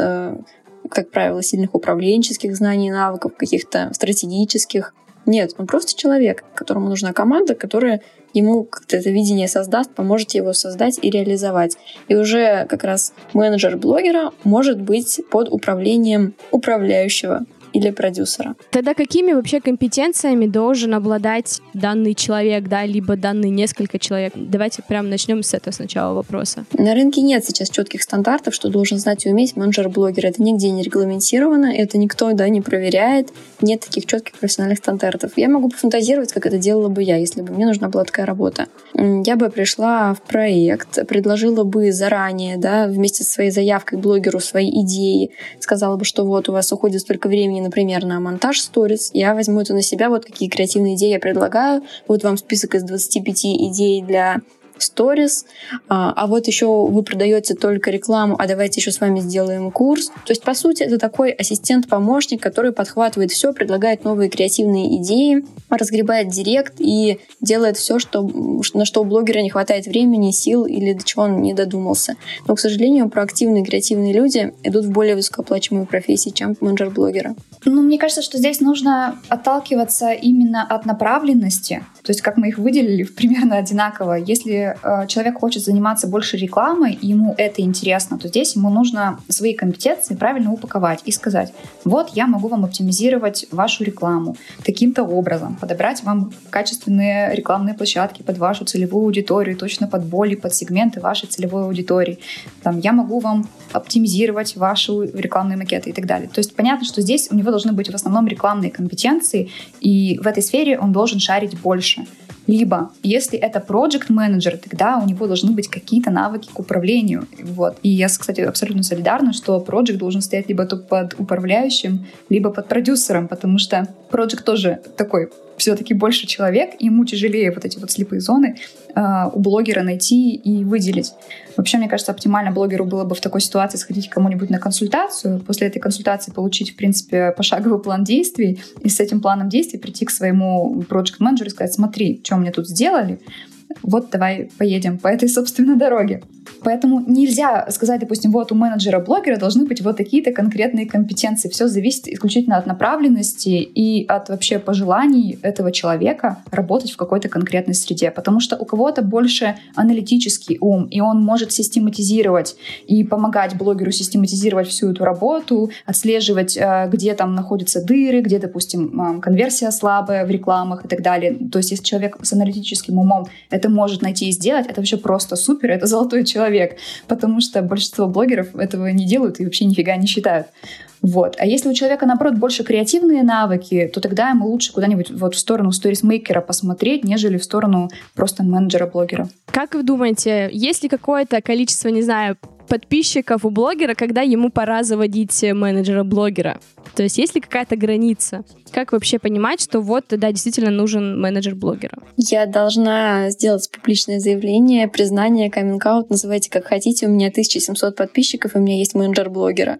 как правило, сильных управленческих знаний, навыков, каких-то стратегических. Нет, он просто человек, которому нужна команда, которая ему как-то это видение создаст, поможет его создать и реализовать. И уже как раз менеджер блогера может быть под управлением управляющего или продюсера. Тогда какими вообще компетенциями должен обладать данный человек, да, либо данные несколько человек? Давайте прямо начнем с этого сначала вопроса. На рынке нет сейчас четких стандартов, что должен знать и уметь менеджер блогера. Это нигде не регламентировано, это никто, да, не проверяет. Нет таких четких профессиональных стандартов. Я могу пофантазировать, как это делала бы я, если бы мне нужна была такая работа. Я бы пришла в проект, предложила бы заранее, да, вместе со своей заявкой блогеру свои идеи, сказала бы, что вот у вас уходит столько времени, например, на монтаж сторис, я возьму это на себя, вот какие креативные идеи я предлагаю, вот вам список из двадцати пяти идей для сторис, а, а вот еще вы продаете только рекламу, а давайте еще с вами сделаем курс. То есть, по сути, это такой ассистент-помощник, который подхватывает все, предлагает новые креативные идеи, разгребает директ и делает все, что, на что у блогера не хватает времени, сил или до чего он не додумался. Но, к сожалению, проактивные креативные люди идут в более высокооплачиваемые профессии, чем менеджер блогера. Ну, мне кажется, что здесь нужно отталкиваться именно от направленности. То есть, как мы их выделили, примерно одинаково. Если э, человек хочет заниматься больше рекламой, и ему это интересно, то здесь ему нужно свои компетенции правильно упаковать и сказать: вот я могу вам оптимизировать вашу рекламу таким-то образом, подобрать вам качественные рекламные площадки под вашу целевую аудиторию, точно под боли, под сегменты вашей целевой аудитории. Там, я могу вам оптимизировать ваши рекламные макеты и так далее. То есть понятно, что здесь у него должны быть в основном рекламные компетенции, и в этой сфере он должен шарить больше. Либо, если это проект-менеджер, тогда у него должны быть какие-то навыки к управлению. Вот. И я, кстати, абсолютно солидарна, что проект должен стоять либо под управляющим, либо под продюсером, потому что проект тоже такой все-таки больше человек, и ему тяжелее вот эти вот слепые зоны э, у блогера найти и выделить. Вообще, мне кажется, оптимально блогеру было бы в такой ситуации сходить к кому-нибудь на консультацию, после этой консультации получить, в принципе, пошаговый план действий, и с этим планом действий прийти к своему проект-менеджеру и сказать: смотри, что мне тут сделали, вот давай поедем по этой, собственно, дороге. Поэтому нельзя сказать, допустим, вот у менеджера-блогера должны быть вот такие-то конкретные компетенции. Все зависит исключительно от направленности и от вообще пожеланий этого человека работать в какой-то конкретной среде. Потому что у кого-то больше аналитический ум, и он может систематизировать и помогать блогеру систематизировать всю эту работу, отслеживать, где там находятся дыры, где, допустим, конверсия слабая в рекламах и так далее. То есть если человек с аналитическим умом это может найти и сделать, это вообще просто супер, это золотой человек, потому что большинство блогеров этого не делают и вообще нифига не считают. Вот. А если у человека, наоборот, больше креативные навыки, то тогда ему лучше куда-нибудь вот в сторону сторисмейкера посмотреть, нежели в сторону просто менеджера-блогера. Как вы думаете, есть ли какое-то количество, не знаю, подписчиков у блогера, когда ему пора заводить менеджера-блогера? То есть есть ли какая-то граница? Как вообще понимать, что вот тогда действительно нужен менеджер блогера? Я должна сделать публичное заявление, признание, каминг-аут, называйте как хотите. У меня тысяча семьсот подписчиков, и у меня есть менеджер блогера.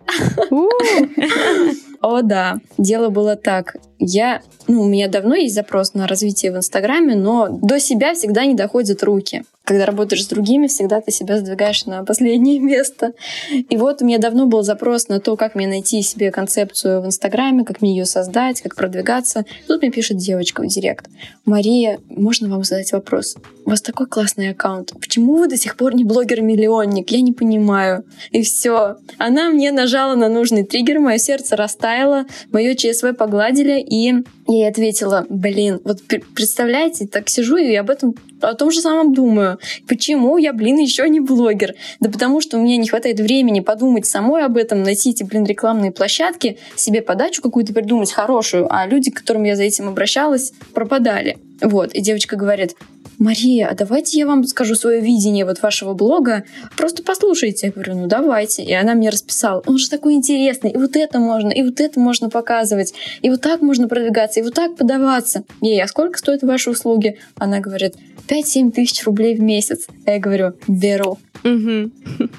О, да. Дело было так. Я, ну, у меня давно есть запрос на развитие в Инстаграме, но до себя всегда не доходят руки. Когда работаешь с другими, всегда ты себя сдвигаешь на последнее место. И вот у меня давно был запрос на то, как мне найти себе концепцию в Инстаграме, как мне ее создать, как продвигаться. Тут мне пишет девочка в директ: Мария, можно вам задать вопрос? У вас такой классный аккаунт. Почему вы до сих пор не блогер-миллионник? Я не понимаю. И все. Она мне нажала на нужный триггер, мое сердце растаяло, мое ЧСВ погладили, и я ей ответила: блин, вот представляете, так сижу и об этом, о том же самом думаю. Почему я, блин, еще не блогер? Да потому что у меня не хватает времени подумать самой об этом, найти эти, блин, рекламные площадки, себе подачу какую-то придумать хорошую, а люди, к которым я за этим обращалась, пропадали. Вот, и девочка говорит: Мария, а давайте я вам скажу свое видение вот вашего блога, просто послушайте. Я говорю, ну давайте. И она мне расписала, он же такой интересный, и вот это можно, и вот это можно показывать, и вот так можно продвигаться, и вот так подаваться. Ей, а сколько стоят ваши услуги? Она говорит, пять-семь тысяч рублей в месяц. А я говорю, беру. Угу.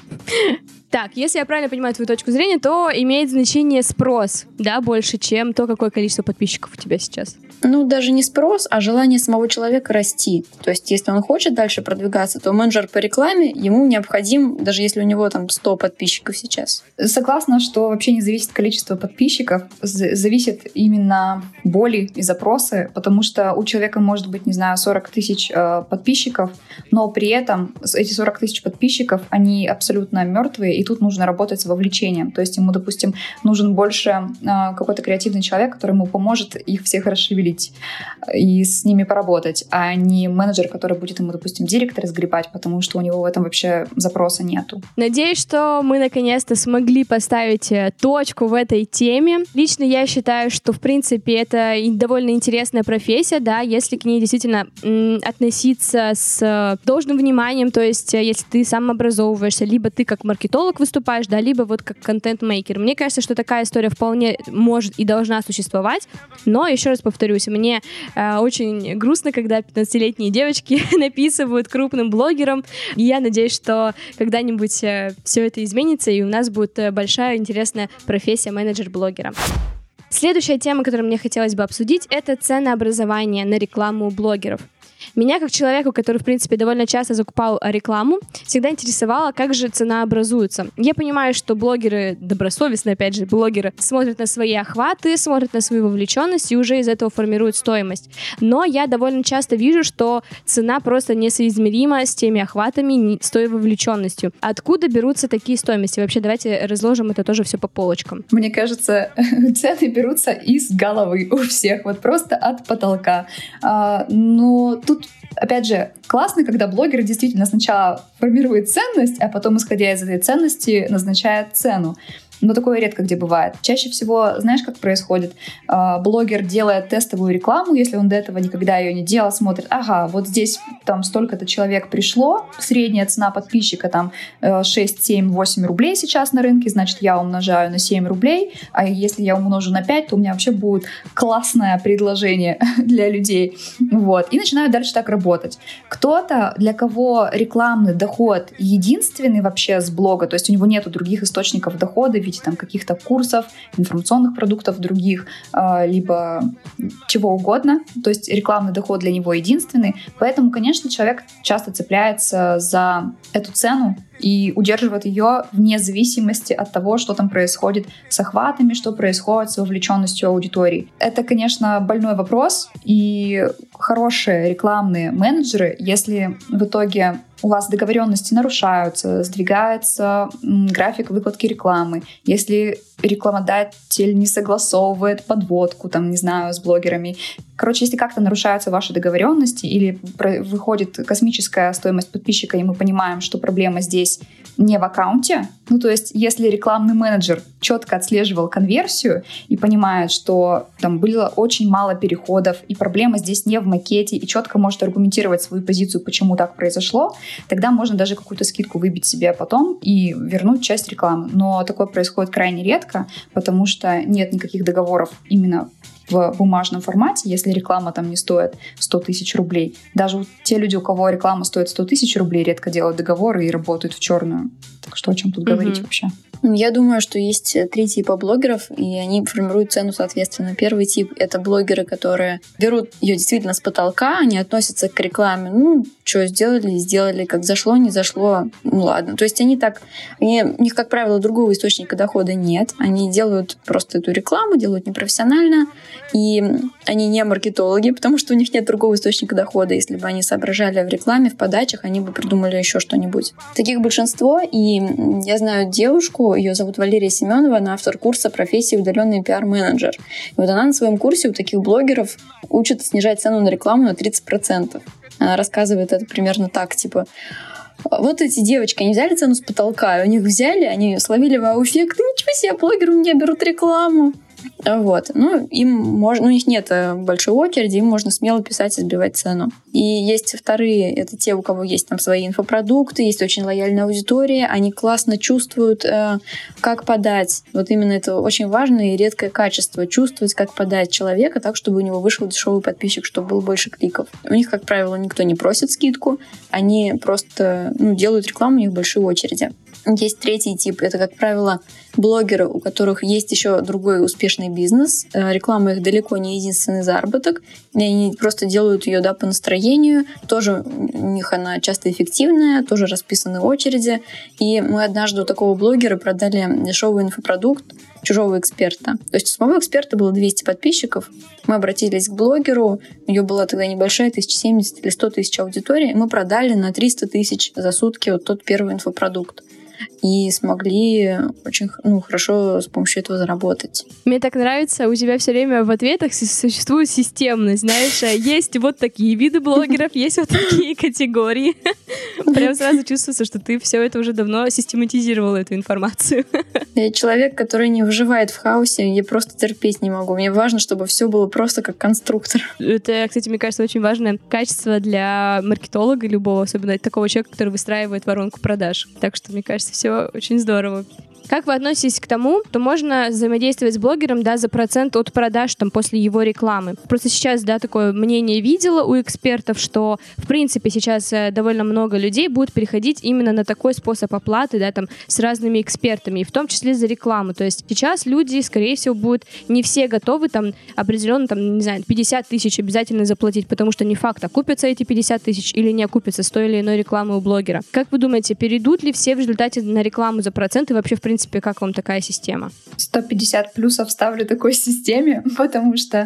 Так, если я правильно понимаю твою точку зрения, то имеет значение спрос, да, больше, чем то, какое количество подписчиков у тебя сейчас. Ну, даже не спрос, а желание самого человека расти. То есть, если он хочет дальше продвигаться, то менеджер по рекламе ему необходим, даже если у него там сто подписчиков сейчас. Согласна, что вообще не зависит количество подписчиков, зависит именно боли и запросы, потому что у человека может быть, не знаю, сорок тысяч э, подписчиков, но при этом эти сорок тысяч подписчиков, они абсолютно мертвые, и тут нужно работать с вовлечением. То есть ему, допустим, нужен больше э, какой-то креативный человек, который ему поможет их всех расшевелить и с ними поработать, а не менеджер, который будет ему, допустим, директ разгребать, потому что у него в этом вообще запроса нету. Надеюсь, что мы наконец-то смогли поставить точку в этой теме. Лично я считаю, что, в принципе, это довольно интересная профессия, да, если к ней действительно м, относиться с должным вниманием, то есть если ты сам образовываешься, либо ты как маркетолог выступаешь, да, либо вот как контент-мейкер. Мне кажется, что такая история вполне может и должна существовать, но, еще раз повторюсь, мне э, очень грустно, когда пятнадцатилетние девочки написывают крупным блогерам, и я надеюсь, что когда-нибудь э, все это изменится, и у нас будет э, большая интересная профессия менеджер-блогера. Следующая тема, которую мне хотелось бы обсудить, это ценообразование на рекламу у блогеров. Меня, как человеку, который, в принципе, довольно часто закупал рекламу, всегда интересовало, как же цена образуется. Я понимаю, что блогеры, добросовестные, опять же, блогеры, смотрят на свои охваты, смотрят на свою вовлеченность и уже из этого формируют стоимость. Но я довольно часто вижу, что цена просто несоизмерима с теми охватами, с той вовлеченностью. Откуда берутся такие стоимости? Вообще, давайте разложим это тоже все по полочкам. Мне кажется, цены берутся из головы у всех, вот просто от потолка. А, но тут, опять же, классно, когда блогер действительно сначала формирует ценность, а потом, исходя из этой ценности, назначает цену. Но такое редко где бывает. Чаще всего, знаешь, как происходит? Блогер делает тестовую рекламу, если он до этого никогда ее не делал, смотрит, ага, вот здесь там столько-то человек пришло, средняя цена подписчика там шесть, семь, восемь рублей сейчас на рынке, значит, я умножаю на семь рублей, а если я умножу на пять, то у меня вообще будет классное предложение для людей. Вот. И начинаю дальше так работать. Кто-то, для кого рекламный доход единственный вообще с блога, то есть у него нету других источников дохода, там каких-то курсов, информационных продуктов других, либо чего угодно. То есть рекламный доход для него единственный. Поэтому, конечно, человек часто цепляется за эту цену и удерживает ее вне зависимости от того, что там происходит с охватами, что происходит с вовлеченностью аудитории. Это, конечно, больной вопрос, и хорошие рекламные менеджеры, если в итоге у вас договоренности нарушаются, сдвигается график выкладки рекламы, если рекламодатель не согласовывает подводку, там, не знаю, с блогерами. Короче, если как-то нарушаются ваши договоренности или выходит космическая стоимость подписчика, и мы понимаем, что проблема здесь не в аккаунте, ну, то есть, если рекламный менеджер четко отслеживал конверсию и понимает, что там было очень мало переходов, и проблема здесь не в макете, и четко может аргументировать свою позицию, почему так произошло, тогда можно даже какую-то скидку выбить себе потом и вернуть часть рекламы. Но такое происходит крайне редко, потому что нет никаких договоров именно в бумажном формате, если реклама там не стоит сто тысяч рублей. Даже те люди, у кого реклама стоит сто тысяч рублей, редко делают договоры и работают в черную. Так что о чем тут mm-hmm. говорить вообще? Я думаю, что есть три типа блогеров, и они формируют цену соответственно. Первый тип — это блогеры, которые берут ее действительно с потолка, они относятся к рекламе, ну, что сделали, сделали, как зашло, не зашло, ну ладно. То есть они так, они, у них, как правило, другого источника дохода нет, они делают просто эту рекламу, делают непрофессионально, и они не маркетологи, потому что у них нет другого источника дохода. Если бы они соображали в рекламе, в подачах, они бы придумали еще что-нибудь. Таких большинство, и я знаю девушку, ее зовут Валерия Семенова, она автор курса профессии удаленный пиар-менеджер. И вот она на своем курсе у таких блогеров учит снижать цену на рекламу на тридцать процентов. Она рассказывает это примерно так, типа: вот эти девочки, они взяли цену с потолка, и у них взяли, они словили вау-эффект, и ничего себе, блогеры у меня берут рекламу. Вот. Ну, им можно, ну, у них нет большой очереди, им можно смело писать и сбивать цену. И есть вторые, это те, у кого есть там свои инфопродукты, есть очень лояльная аудитория, они классно чувствуют, э, как подать. Вот именно это очень важное и редкое качество, чувствовать, как подать человека так, чтобы у него вышел дешевый подписчик, чтобы было больше кликов. У них, как правило, никто не просит скидку, они просто ну, делают рекламу, у них большие очереди. Есть третий тип, это, как правило, блогеры, у которых есть еще другой успешный бизнес. Реклама их далеко не единственный заработок. И они просто делают ее да, по настроению. Тоже у них она часто эффективная, тоже расписаны очереди. И мы однажды у такого блогера продали дешевый инфопродукт чужого эксперта. То есть у самого эксперта было двести подписчиков. Мы обратились к блогеру. У нее была тогда небольшая, тысяча семьдесят или сто тысяч аудитории. И мы продали на триста тысяч за сутки вот тот первый инфопродукт. И смогли очень ну, хорошо с помощью этого заработать. Мне так нравится, у тебя все время в ответах существует системность, знаешь, есть вот такие виды блогеров, есть вот такие категории. Прям сразу чувствуется, что ты все это уже давно систематизировала, эту информацию. Я человек, который не выживает в хаосе, я просто терпеть не могу. Мне важно, чтобы все было просто как конструктор. Это, кстати, мне кажется, очень важное качество для маркетолога любого, особенно такого человека, который выстраивает воронку продаж. Так что, мне кажется, все очень здорово. Как вы относитесь к тому, что можно взаимодействовать с блогером, да, за процент от продаж там после его рекламы? Просто сейчас, да, такое мнение видела у экспертов, что, в принципе, сейчас довольно много людей будет переходить именно на такой способ оплаты, да, там, с разными экспертами, и в том числе за рекламу. То есть сейчас люди, скорее всего, будут не все готовы там определенно, там, не знаю, пятьдесят тысяч обязательно заплатить, потому что не факт, окупятся эти пятьдесят тысяч или не окупятся с той или иной рекламы у блогера. Как вы думаете, перейдут ли все в результате на рекламу за процент и вообще, в принципе, В принципе, как вам такая система? сто пятьдесят плюсов ставлю такой системе, потому что,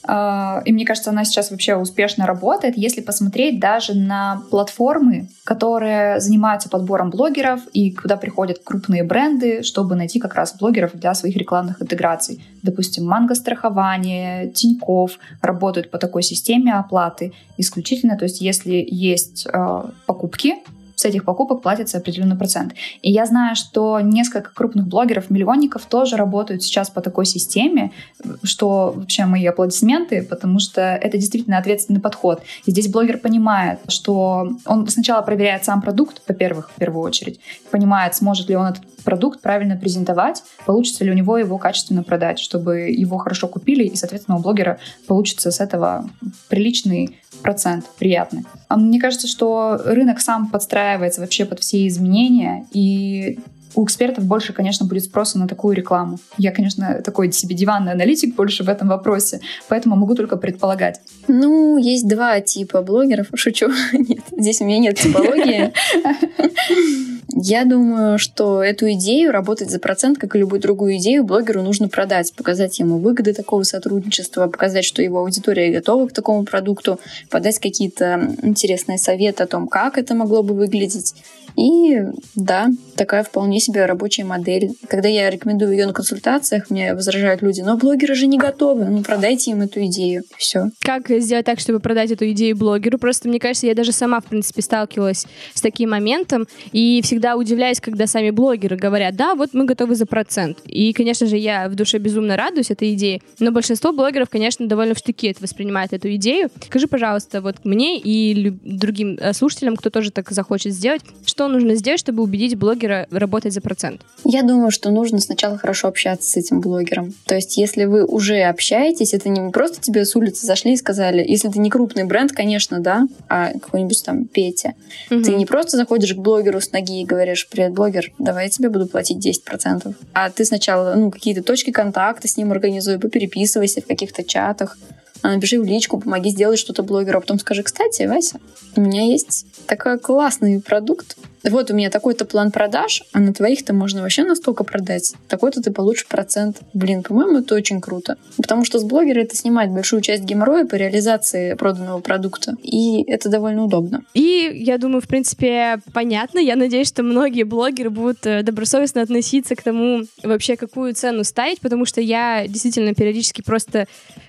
э, и мне кажется, она сейчас вообще успешно работает, если посмотреть даже на платформы, которые занимаются подбором блогеров и куда приходят крупные бренды, чтобы найти как раз блогеров для своих рекламных интеграций. Допустим, Манго-страхование, Тинькофф работают по такой системе оплаты исключительно, то есть если есть э, покупки, с этих покупок платится определенный процент. И я знаю, что несколько крупных блогеров-миллионников тоже работают сейчас по такой системе, что вообще мои аплодисменты, потому что это действительно ответственный подход. И здесь блогер понимает, что он сначала проверяет сам продукт, во-первых, в первую очередь, понимает, сможет ли он этот продукт правильно презентовать, получится ли у него его качественно продать, чтобы его хорошо купили, и, соответственно, у блогера получится с этого приличный процент, приятный. А мне кажется, что рынок сам подстраивается вообще под все изменения, и у экспертов больше, конечно, будет спроса на такую рекламу. Я, конечно, такой себе диванный аналитик больше в этом вопросе, поэтому могу только предполагать. Ну, есть два типа блогеров. Шучу. Нет, здесь у меня нет типологии. Я думаю, что эту идею работать за процент, как и любую другую идею, блогеру нужно продать, показать ему выгоды такого сотрудничества, показать, что его аудитория готова к такому продукту, подать какие-то интересные советы о том, как это могло бы выглядеть. И да, такая вполне себе рабочая модель. Когда я рекомендую ее на консультациях, мне возражают люди: но блогеры же не готовы, ну продайте им эту идею. Все. Как сделать так, чтобы продать эту идею блогеру? Просто, мне кажется, я даже сама, в принципе, сталкивалась с таким моментом и всегда удивляюсь, когда сами блогеры говорят: да, вот мы готовы за процент. И, конечно же, я в душе безумно радуюсь этой идее, но большинство блогеров, конечно, довольно в штыки это воспринимает, эту идею. Скажи, пожалуйста, вот мне и лю- другим слушателям, кто тоже так захочет сделать, что нужно сделать, чтобы убедить блогера работать за процент? Я думаю, что нужно сначала хорошо общаться с этим блогером. То есть, если вы уже общаетесь, это не просто тебе с улицы зашли и сказали, если ты не крупный бренд, конечно, да, а какой-нибудь там Петя. Угу. Ты не просто заходишь к блогеру с ноги и говоришь: привет, блогер, давай я тебе буду платить десять процентов. А ты сначала ну, какие-то точки контакта с ним организуй, попереписывайся в каких-то чатах, напиши в личку, помоги сделать что-то блогеру, а потом скажи: кстати, Вася, у меня есть такой классный продукт. Вот у меня такой-то план продаж, а на твоих-то можно вообще настолько продать. Такой-то ты получишь процент. Блин, по-моему, это очень круто. Потому что с блогера это снимает большую часть геморроя по реализации проданного продукта. И это довольно удобно. И, я думаю, в принципе, понятно. Я надеюсь, что многие блогеры будут добросовестно относиться к тому, вообще, какую цену ставить, потому что я действительно периодически просто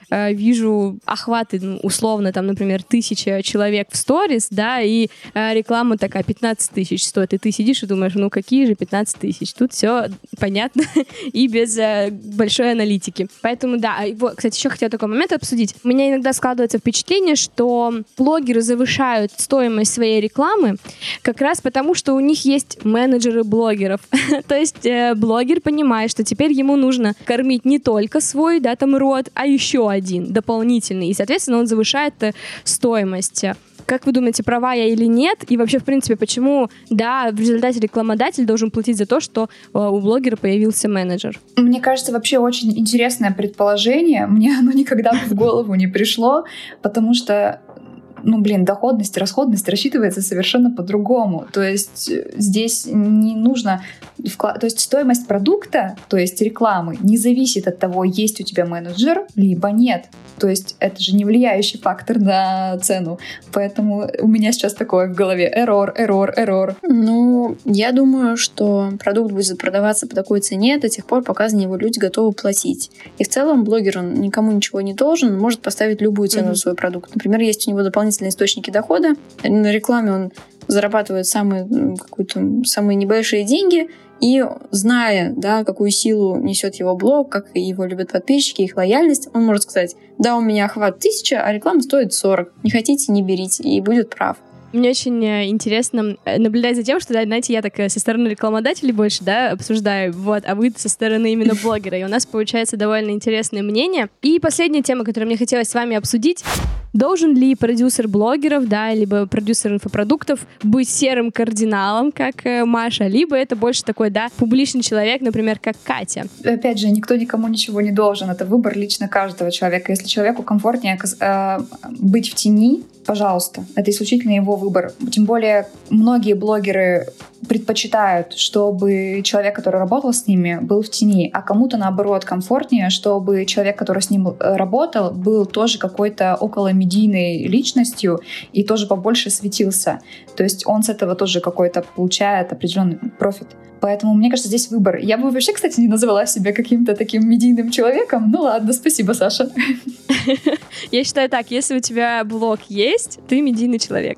э, вижу охваты, ну, условно, там, например, тысяча человек в сторис, да, и э, реклама такая пятнадцать тысяч стоит, и ты сидишь и думаешь, ну какие же пятнадцать тысяч? Тут все понятно и без э, большой аналитики. Поэтому, да, вот, кстати, еще хотела такой момент обсудить. У меня иногда складывается впечатление, что блогеры завышают стоимость своей рекламы как раз потому, что у них есть менеджеры блогеров. То есть э, блогер понимает, что теперь ему нужно кормить не только свой, да, там, род, а еще один дополнительный. И, соответственно, он завышает э, стоимость. Как вы думаете, права я или нет? И вообще, в принципе, почему, да, в результате рекламодатель должен платить за то, что э, у блогера появился менеджер? Мне кажется, вообще очень интересное предположение. Мне оно никогда в голову не пришло, потому что ну, блин, доходность, расходность рассчитывается совершенно по-другому. То есть здесь не нужно... Вклад... То есть стоимость продукта, то есть рекламы, не зависит от того, есть у тебя менеджер, либо нет. То есть это же не влияющий фактор на цену. Поэтому у меня сейчас такое в голове. Эррор, эррор, эррор. Ну, я думаю, что продукт будет продаваться по такой цене до тех пор, пока за него люди готовы платить. И в целом блогер, он никому ничего не должен, он может поставить любую цену mm-hmm. за свой продукт. Например, есть у него дополнительные источники дохода. На рекламе он зарабатывает самые, какую-то, самые небольшие деньги, и зная, да, какую силу несет его блог, как его любят подписчики, их лояльность, он может сказать: да, у меня охват тысяча, а реклама стоит сорок. Не хотите, не берите, и будет прав. Мне очень интересно наблюдать за тем, что, да, знаете, я так со стороны рекламодателей больше, да, обсуждаю, вот, а вы со стороны именно блогера, и у нас получается довольно интересное мнение. И последняя тема, которую мне хотелось с вами обсудить: должен ли продюсер блогеров, да, либо продюсер инфопродуктов быть серым кардиналом, как э, Маша, либо это больше такой, да, публичный человек, например, как Катя? Опять же, никто никому ничего не должен. Это выбор лично каждого человека. Если человеку комфортнее э, быть в тени, пожалуйста, это исключительно его выбор. Тем более многие блогеры предпочитают, чтобы человек, который работал с ними, был в тени, а кому-то, наоборот, комфортнее, чтобы человек, который с ним работал, был тоже какой-то околомедийной личностью и тоже побольше светился. То есть он с этого тоже какой-то получает определенный профит. Поэтому, мне кажется, здесь выбор. Я бы вообще, кстати, не назвала себя каким-то таким медийным человеком. Ну ладно, спасибо, Саша. Я считаю так, если у тебя блог есть, ты медийный человек.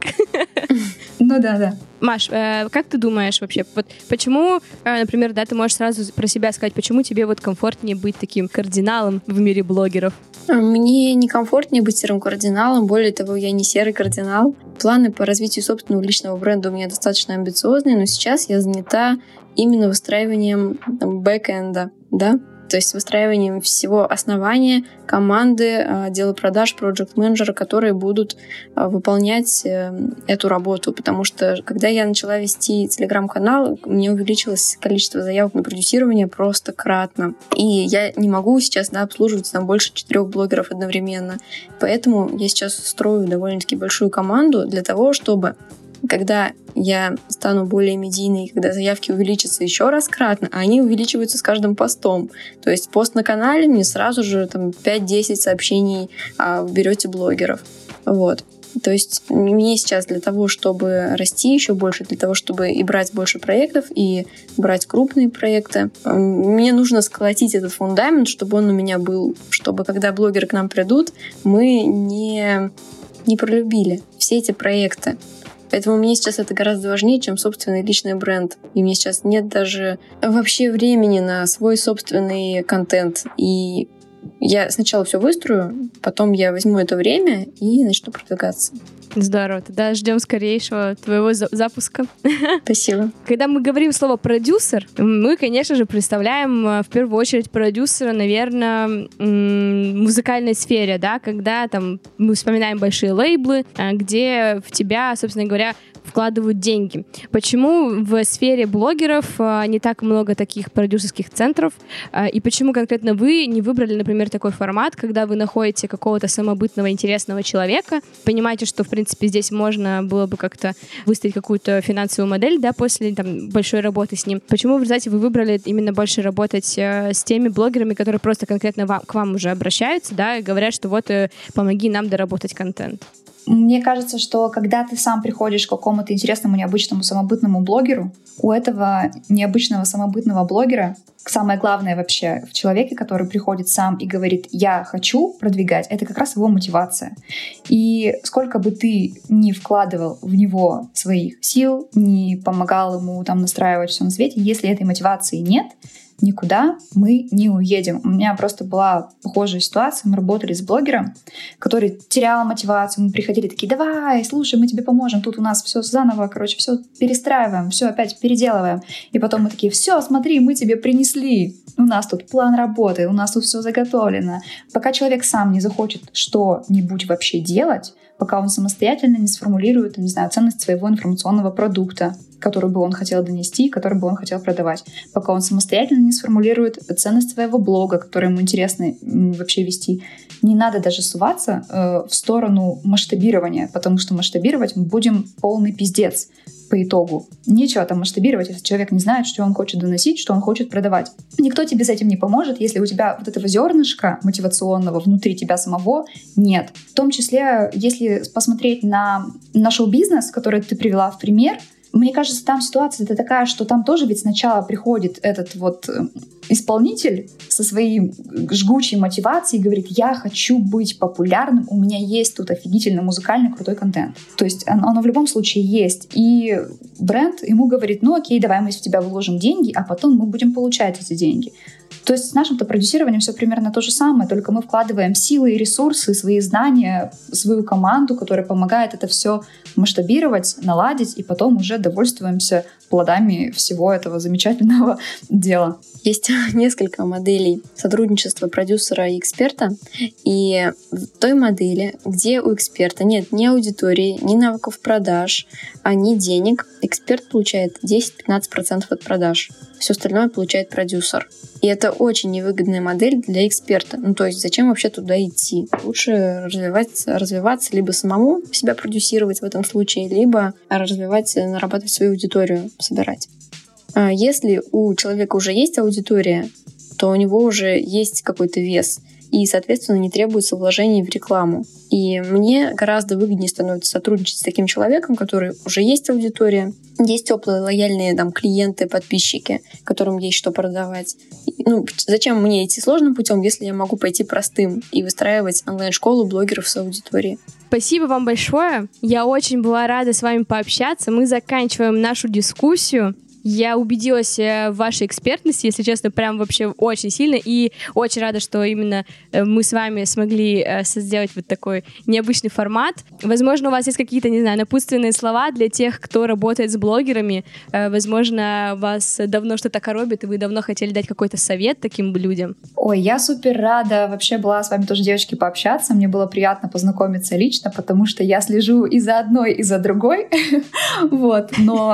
Ну да, да. Маш, э, как ты думаешь вообще, вот почему, э, например, да, ты можешь сразу про себя сказать, почему тебе вот комфортнее быть таким кардиналом в мире блогеров? Мне некомфортнее быть серым кардиналом, более того, я не серый кардинал. Планы по развитию собственного личного бренда у меня достаточно амбициозные, но сейчас я занята именно выстраиванием там, бэкэнда, да, то есть выстраиванием всего основания, команды, отдела продаж, проект-менеджера, которые будут выполнять эту работу. Потому что, когда я начала вести телеграм-канал, у меня увеличилось количество заявок на продюсирование просто кратно. И я не могу сейчас, да, обслуживать там больше четырех блогеров одновременно. Поэтому я сейчас строю довольно-таки большую команду для того, чтобы когда я стану более медийной, когда заявки увеличатся еще раз кратно, а они увеличиваются с каждым постом. То есть пост на канале, мне сразу же там пять-десять сообщений а, берете блогеров. Вот. То есть мне сейчас для того, чтобы расти еще больше, для того, чтобы и брать больше проектов, и брать крупные проекты, мне нужно сколотить этот фундамент, чтобы он у меня был, чтобы когда блогеры к нам придут, мы не, не пролюбили все эти проекты. Поэтому мне сейчас это гораздо важнее, чем собственный личный бренд. И мне сейчас нет даже вообще времени на свой собственный контент. И я сначала все выстрою, потом я возьму это время и начну продвигаться. Здорово. Тогда ждем скорейшего твоего за- запуска. Спасибо. Когда мы говорим слово «продюсер», мы, конечно же, представляем в первую очередь продюсера, наверное, в музыкальной сфере, да, когда там мы вспоминаем большие лейблы, где в тебя, собственно говоря, вкладывают деньги. Почему в сфере блогеров не так много таких продюсерских центров? И почему конкретно вы не выбрали, например, такой формат, когда вы находите какого-то самобытного, интересного человека, понимаете, что, в принципе, здесь можно было бы как-то выставить какую-то финансовую модель, да, после там большой работы с ним. Почему в результате вы выбрали именно больше работать э, с теми блогерами, которые просто конкретно вам, к вам уже обращаются, да, и говорят, что вот э, помоги нам доработать контент? Мне кажется, что когда ты сам приходишь к какому-то интересному, необычному, самобытному блогеру, у этого необычного, самобытного блогера самое главное вообще в человеке, который приходит сам и говорит «я хочу продвигать», это как раз его мотивация. И сколько бы ты ни вкладывал в него своих сил, ни помогал ему там настраивать все на свете, если этой мотивации нет, никуда мы не уедем. У меня просто была похожая ситуация. Мы работали с блогером, который терял мотивацию. Мы приходили такие: давай, слушай, мы тебе поможем. Тут у нас все заново, короче, все перестраиваем, все опять переделываем. И потом мы такие: все, смотри, мы тебе принесли. У нас тут план работы, у нас тут все заготовлено. Пока человек сам не захочет что-нибудь вообще делать, пока он самостоятельно не сформулирует, не знаю, ценность своего информационного продукта, который бы он хотел донести, который бы он хотел продавать, пока он самостоятельно не сформулирует ценность своего блога, который ему интересно вообще вести, не надо даже суваться э, в сторону масштабирования, потому что масштабировать мы будем полный пиздец по итогу. Нечего там масштабировать, если человек не знает, что он хочет доносить, что он хочет продавать. Никто тебе с этим не поможет, если у тебя вот этого зернышка мотивационного внутри тебя самого нет. В том числе, если посмотреть на, на шоу-бизнес, который ты привела в пример, мне кажется, там ситуация это такая, что там тоже ведь сначала приходит этот вот исполнитель со своей жгучей мотивацией и говорит: я хочу быть популярным, у меня есть тут офигительно музыкальный крутой контент. То есть оно, оно в любом случае есть. И бренд ему говорит: ну окей, давай мы в тебя вложим деньги, а потом мы будем получать эти деньги. То есть с нашим-то продюсированием все примерно то же самое, только мы вкладываем силы и ресурсы, свои знания, свою команду, которая помогает это все масштабировать, наладить, и потом уже довольствуемся плодами всего этого замечательного дела. Есть несколько моделей сотрудничества продюсера и эксперта. И в той модели, где у эксперта нет ни аудитории, ни навыков продаж, а ни денег, эксперт получает десять-пятнадцать процентов от продаж. Все остальное получает продюсер. И это очень невыгодная модель для эксперта. Ну, то есть зачем вообще туда идти? Лучше развивать, развиваться, либо самому себя продюсировать в этом случае, либо развивать, нарабатывать свою аудиторию, собирать. Если у человека уже есть аудитория, то у него уже есть какой-то вес, и, соответственно, не требуется вложений в рекламу. И мне гораздо выгоднее становится сотрудничать с таким человеком, который уже есть аудитория, есть теплые, лояльные там клиенты, подписчики, которым есть что продавать. Ну, зачем мне идти сложным путем, если я могу пойти простым и выстраивать онлайн-школу блогеров с аудиторией? Спасибо вам большое. Я очень была рада с вами пообщаться. Мы заканчиваем нашу дискуссию. Я убедилась в вашей экспертности, если честно, прям вообще очень сильно, и очень рада, что именно мы с вами смогли сделать вот такой необычный формат. Возможно, у вас есть какие-то, не знаю, напутственные слова для тех, кто работает с блогерами. Возможно, вас давно что-то коробит, и вы давно хотели дать какой-то совет таким людям. Ой, я супер рада вообще была с вами тоже, девочки, пообщаться. Мне было приятно познакомиться лично, потому что я слежу и за одной, и за другой. Вот,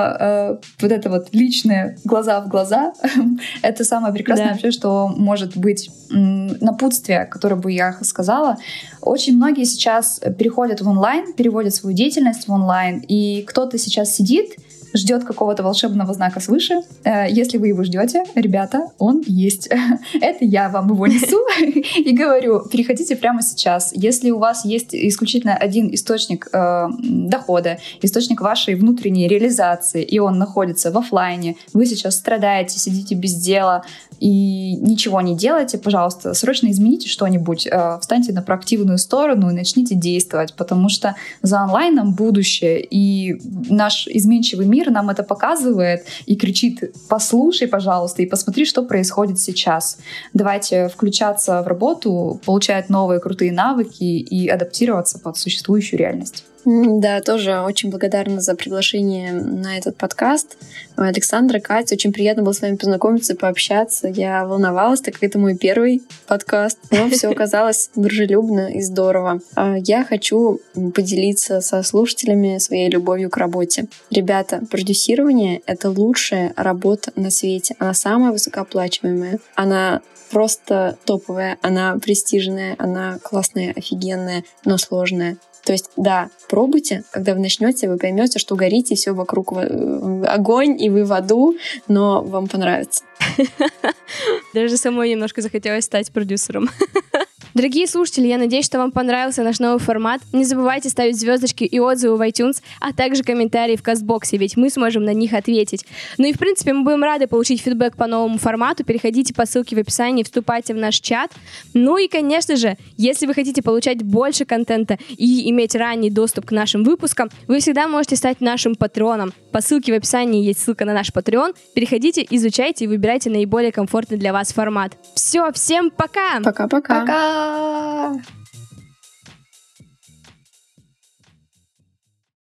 но вот это вот личные глаза в глаза — это самое прекрасное да. вообще, что может быть напутствие, которое бы я сказала. Очень многие сейчас переходят в онлайн, переводят свою деятельность в онлайн, и кто-то сейчас сидит, ждет какого-то волшебного знака свыше. Если вы его ждете, ребята, он есть. Это я вам его несу и говорю: переходите прямо сейчас. Если у вас есть исключительно один источник э, дохода, источник вашей внутренней реализации, и он находится в офлайне, вы сейчас страдаете, сидите без дела и ничего не делаете, пожалуйста, срочно измените что-нибудь, э, встаньте на проактивную сторону и начните действовать, потому что за онлайном будущее, и наш изменчивый мир нам это показывает и кричит: послушай, пожалуйста, и посмотри, что происходит сейчас. Давайте включаться в работу, получать новые крутые навыки и адаптироваться под существующую реальность. Да, тоже очень благодарна за приглашение на этот подкаст. Александра, Катя, очень приятно было с вами познакомиться, пообщаться. Я волновалась, так как это мой первый подкаст, но все оказалось дружелюбно и здорово. Я хочу поделиться со слушателями своей любовью к работе. Ребята, продюсирование — это лучшая работа на свете. Она самая высокооплачиваемая. Она просто топовая, она престижная, она классная, офигенная, но сложная. То есть, да, пробуйте, когда вы начнете, вы поймете, что горите, все вокруг огонь, и вы в аду, но вам понравится. Даже самой немножко захотелось стать продюсером. Дорогие слушатели, я надеюсь, что вам понравился наш новый формат. Не забывайте ставить звездочки и отзывы в iTunes, а также комментарии в Кастбоксе, ведь мы сможем на них ответить. Ну и, в принципе, мы будем рады получить фидбэк по новому формату. Переходите по ссылке в описании, вступайте в наш чат. Ну и, конечно же, если вы хотите получать больше контента и иметь ранний доступ к нашим выпускам, вы всегда можете стать нашим патроном. По ссылке в описании есть ссылка на наш Patreon. Переходите, изучайте и выбирайте наиболее комфортный для вас формат. Все, всем пока! Пока-пока! Пока!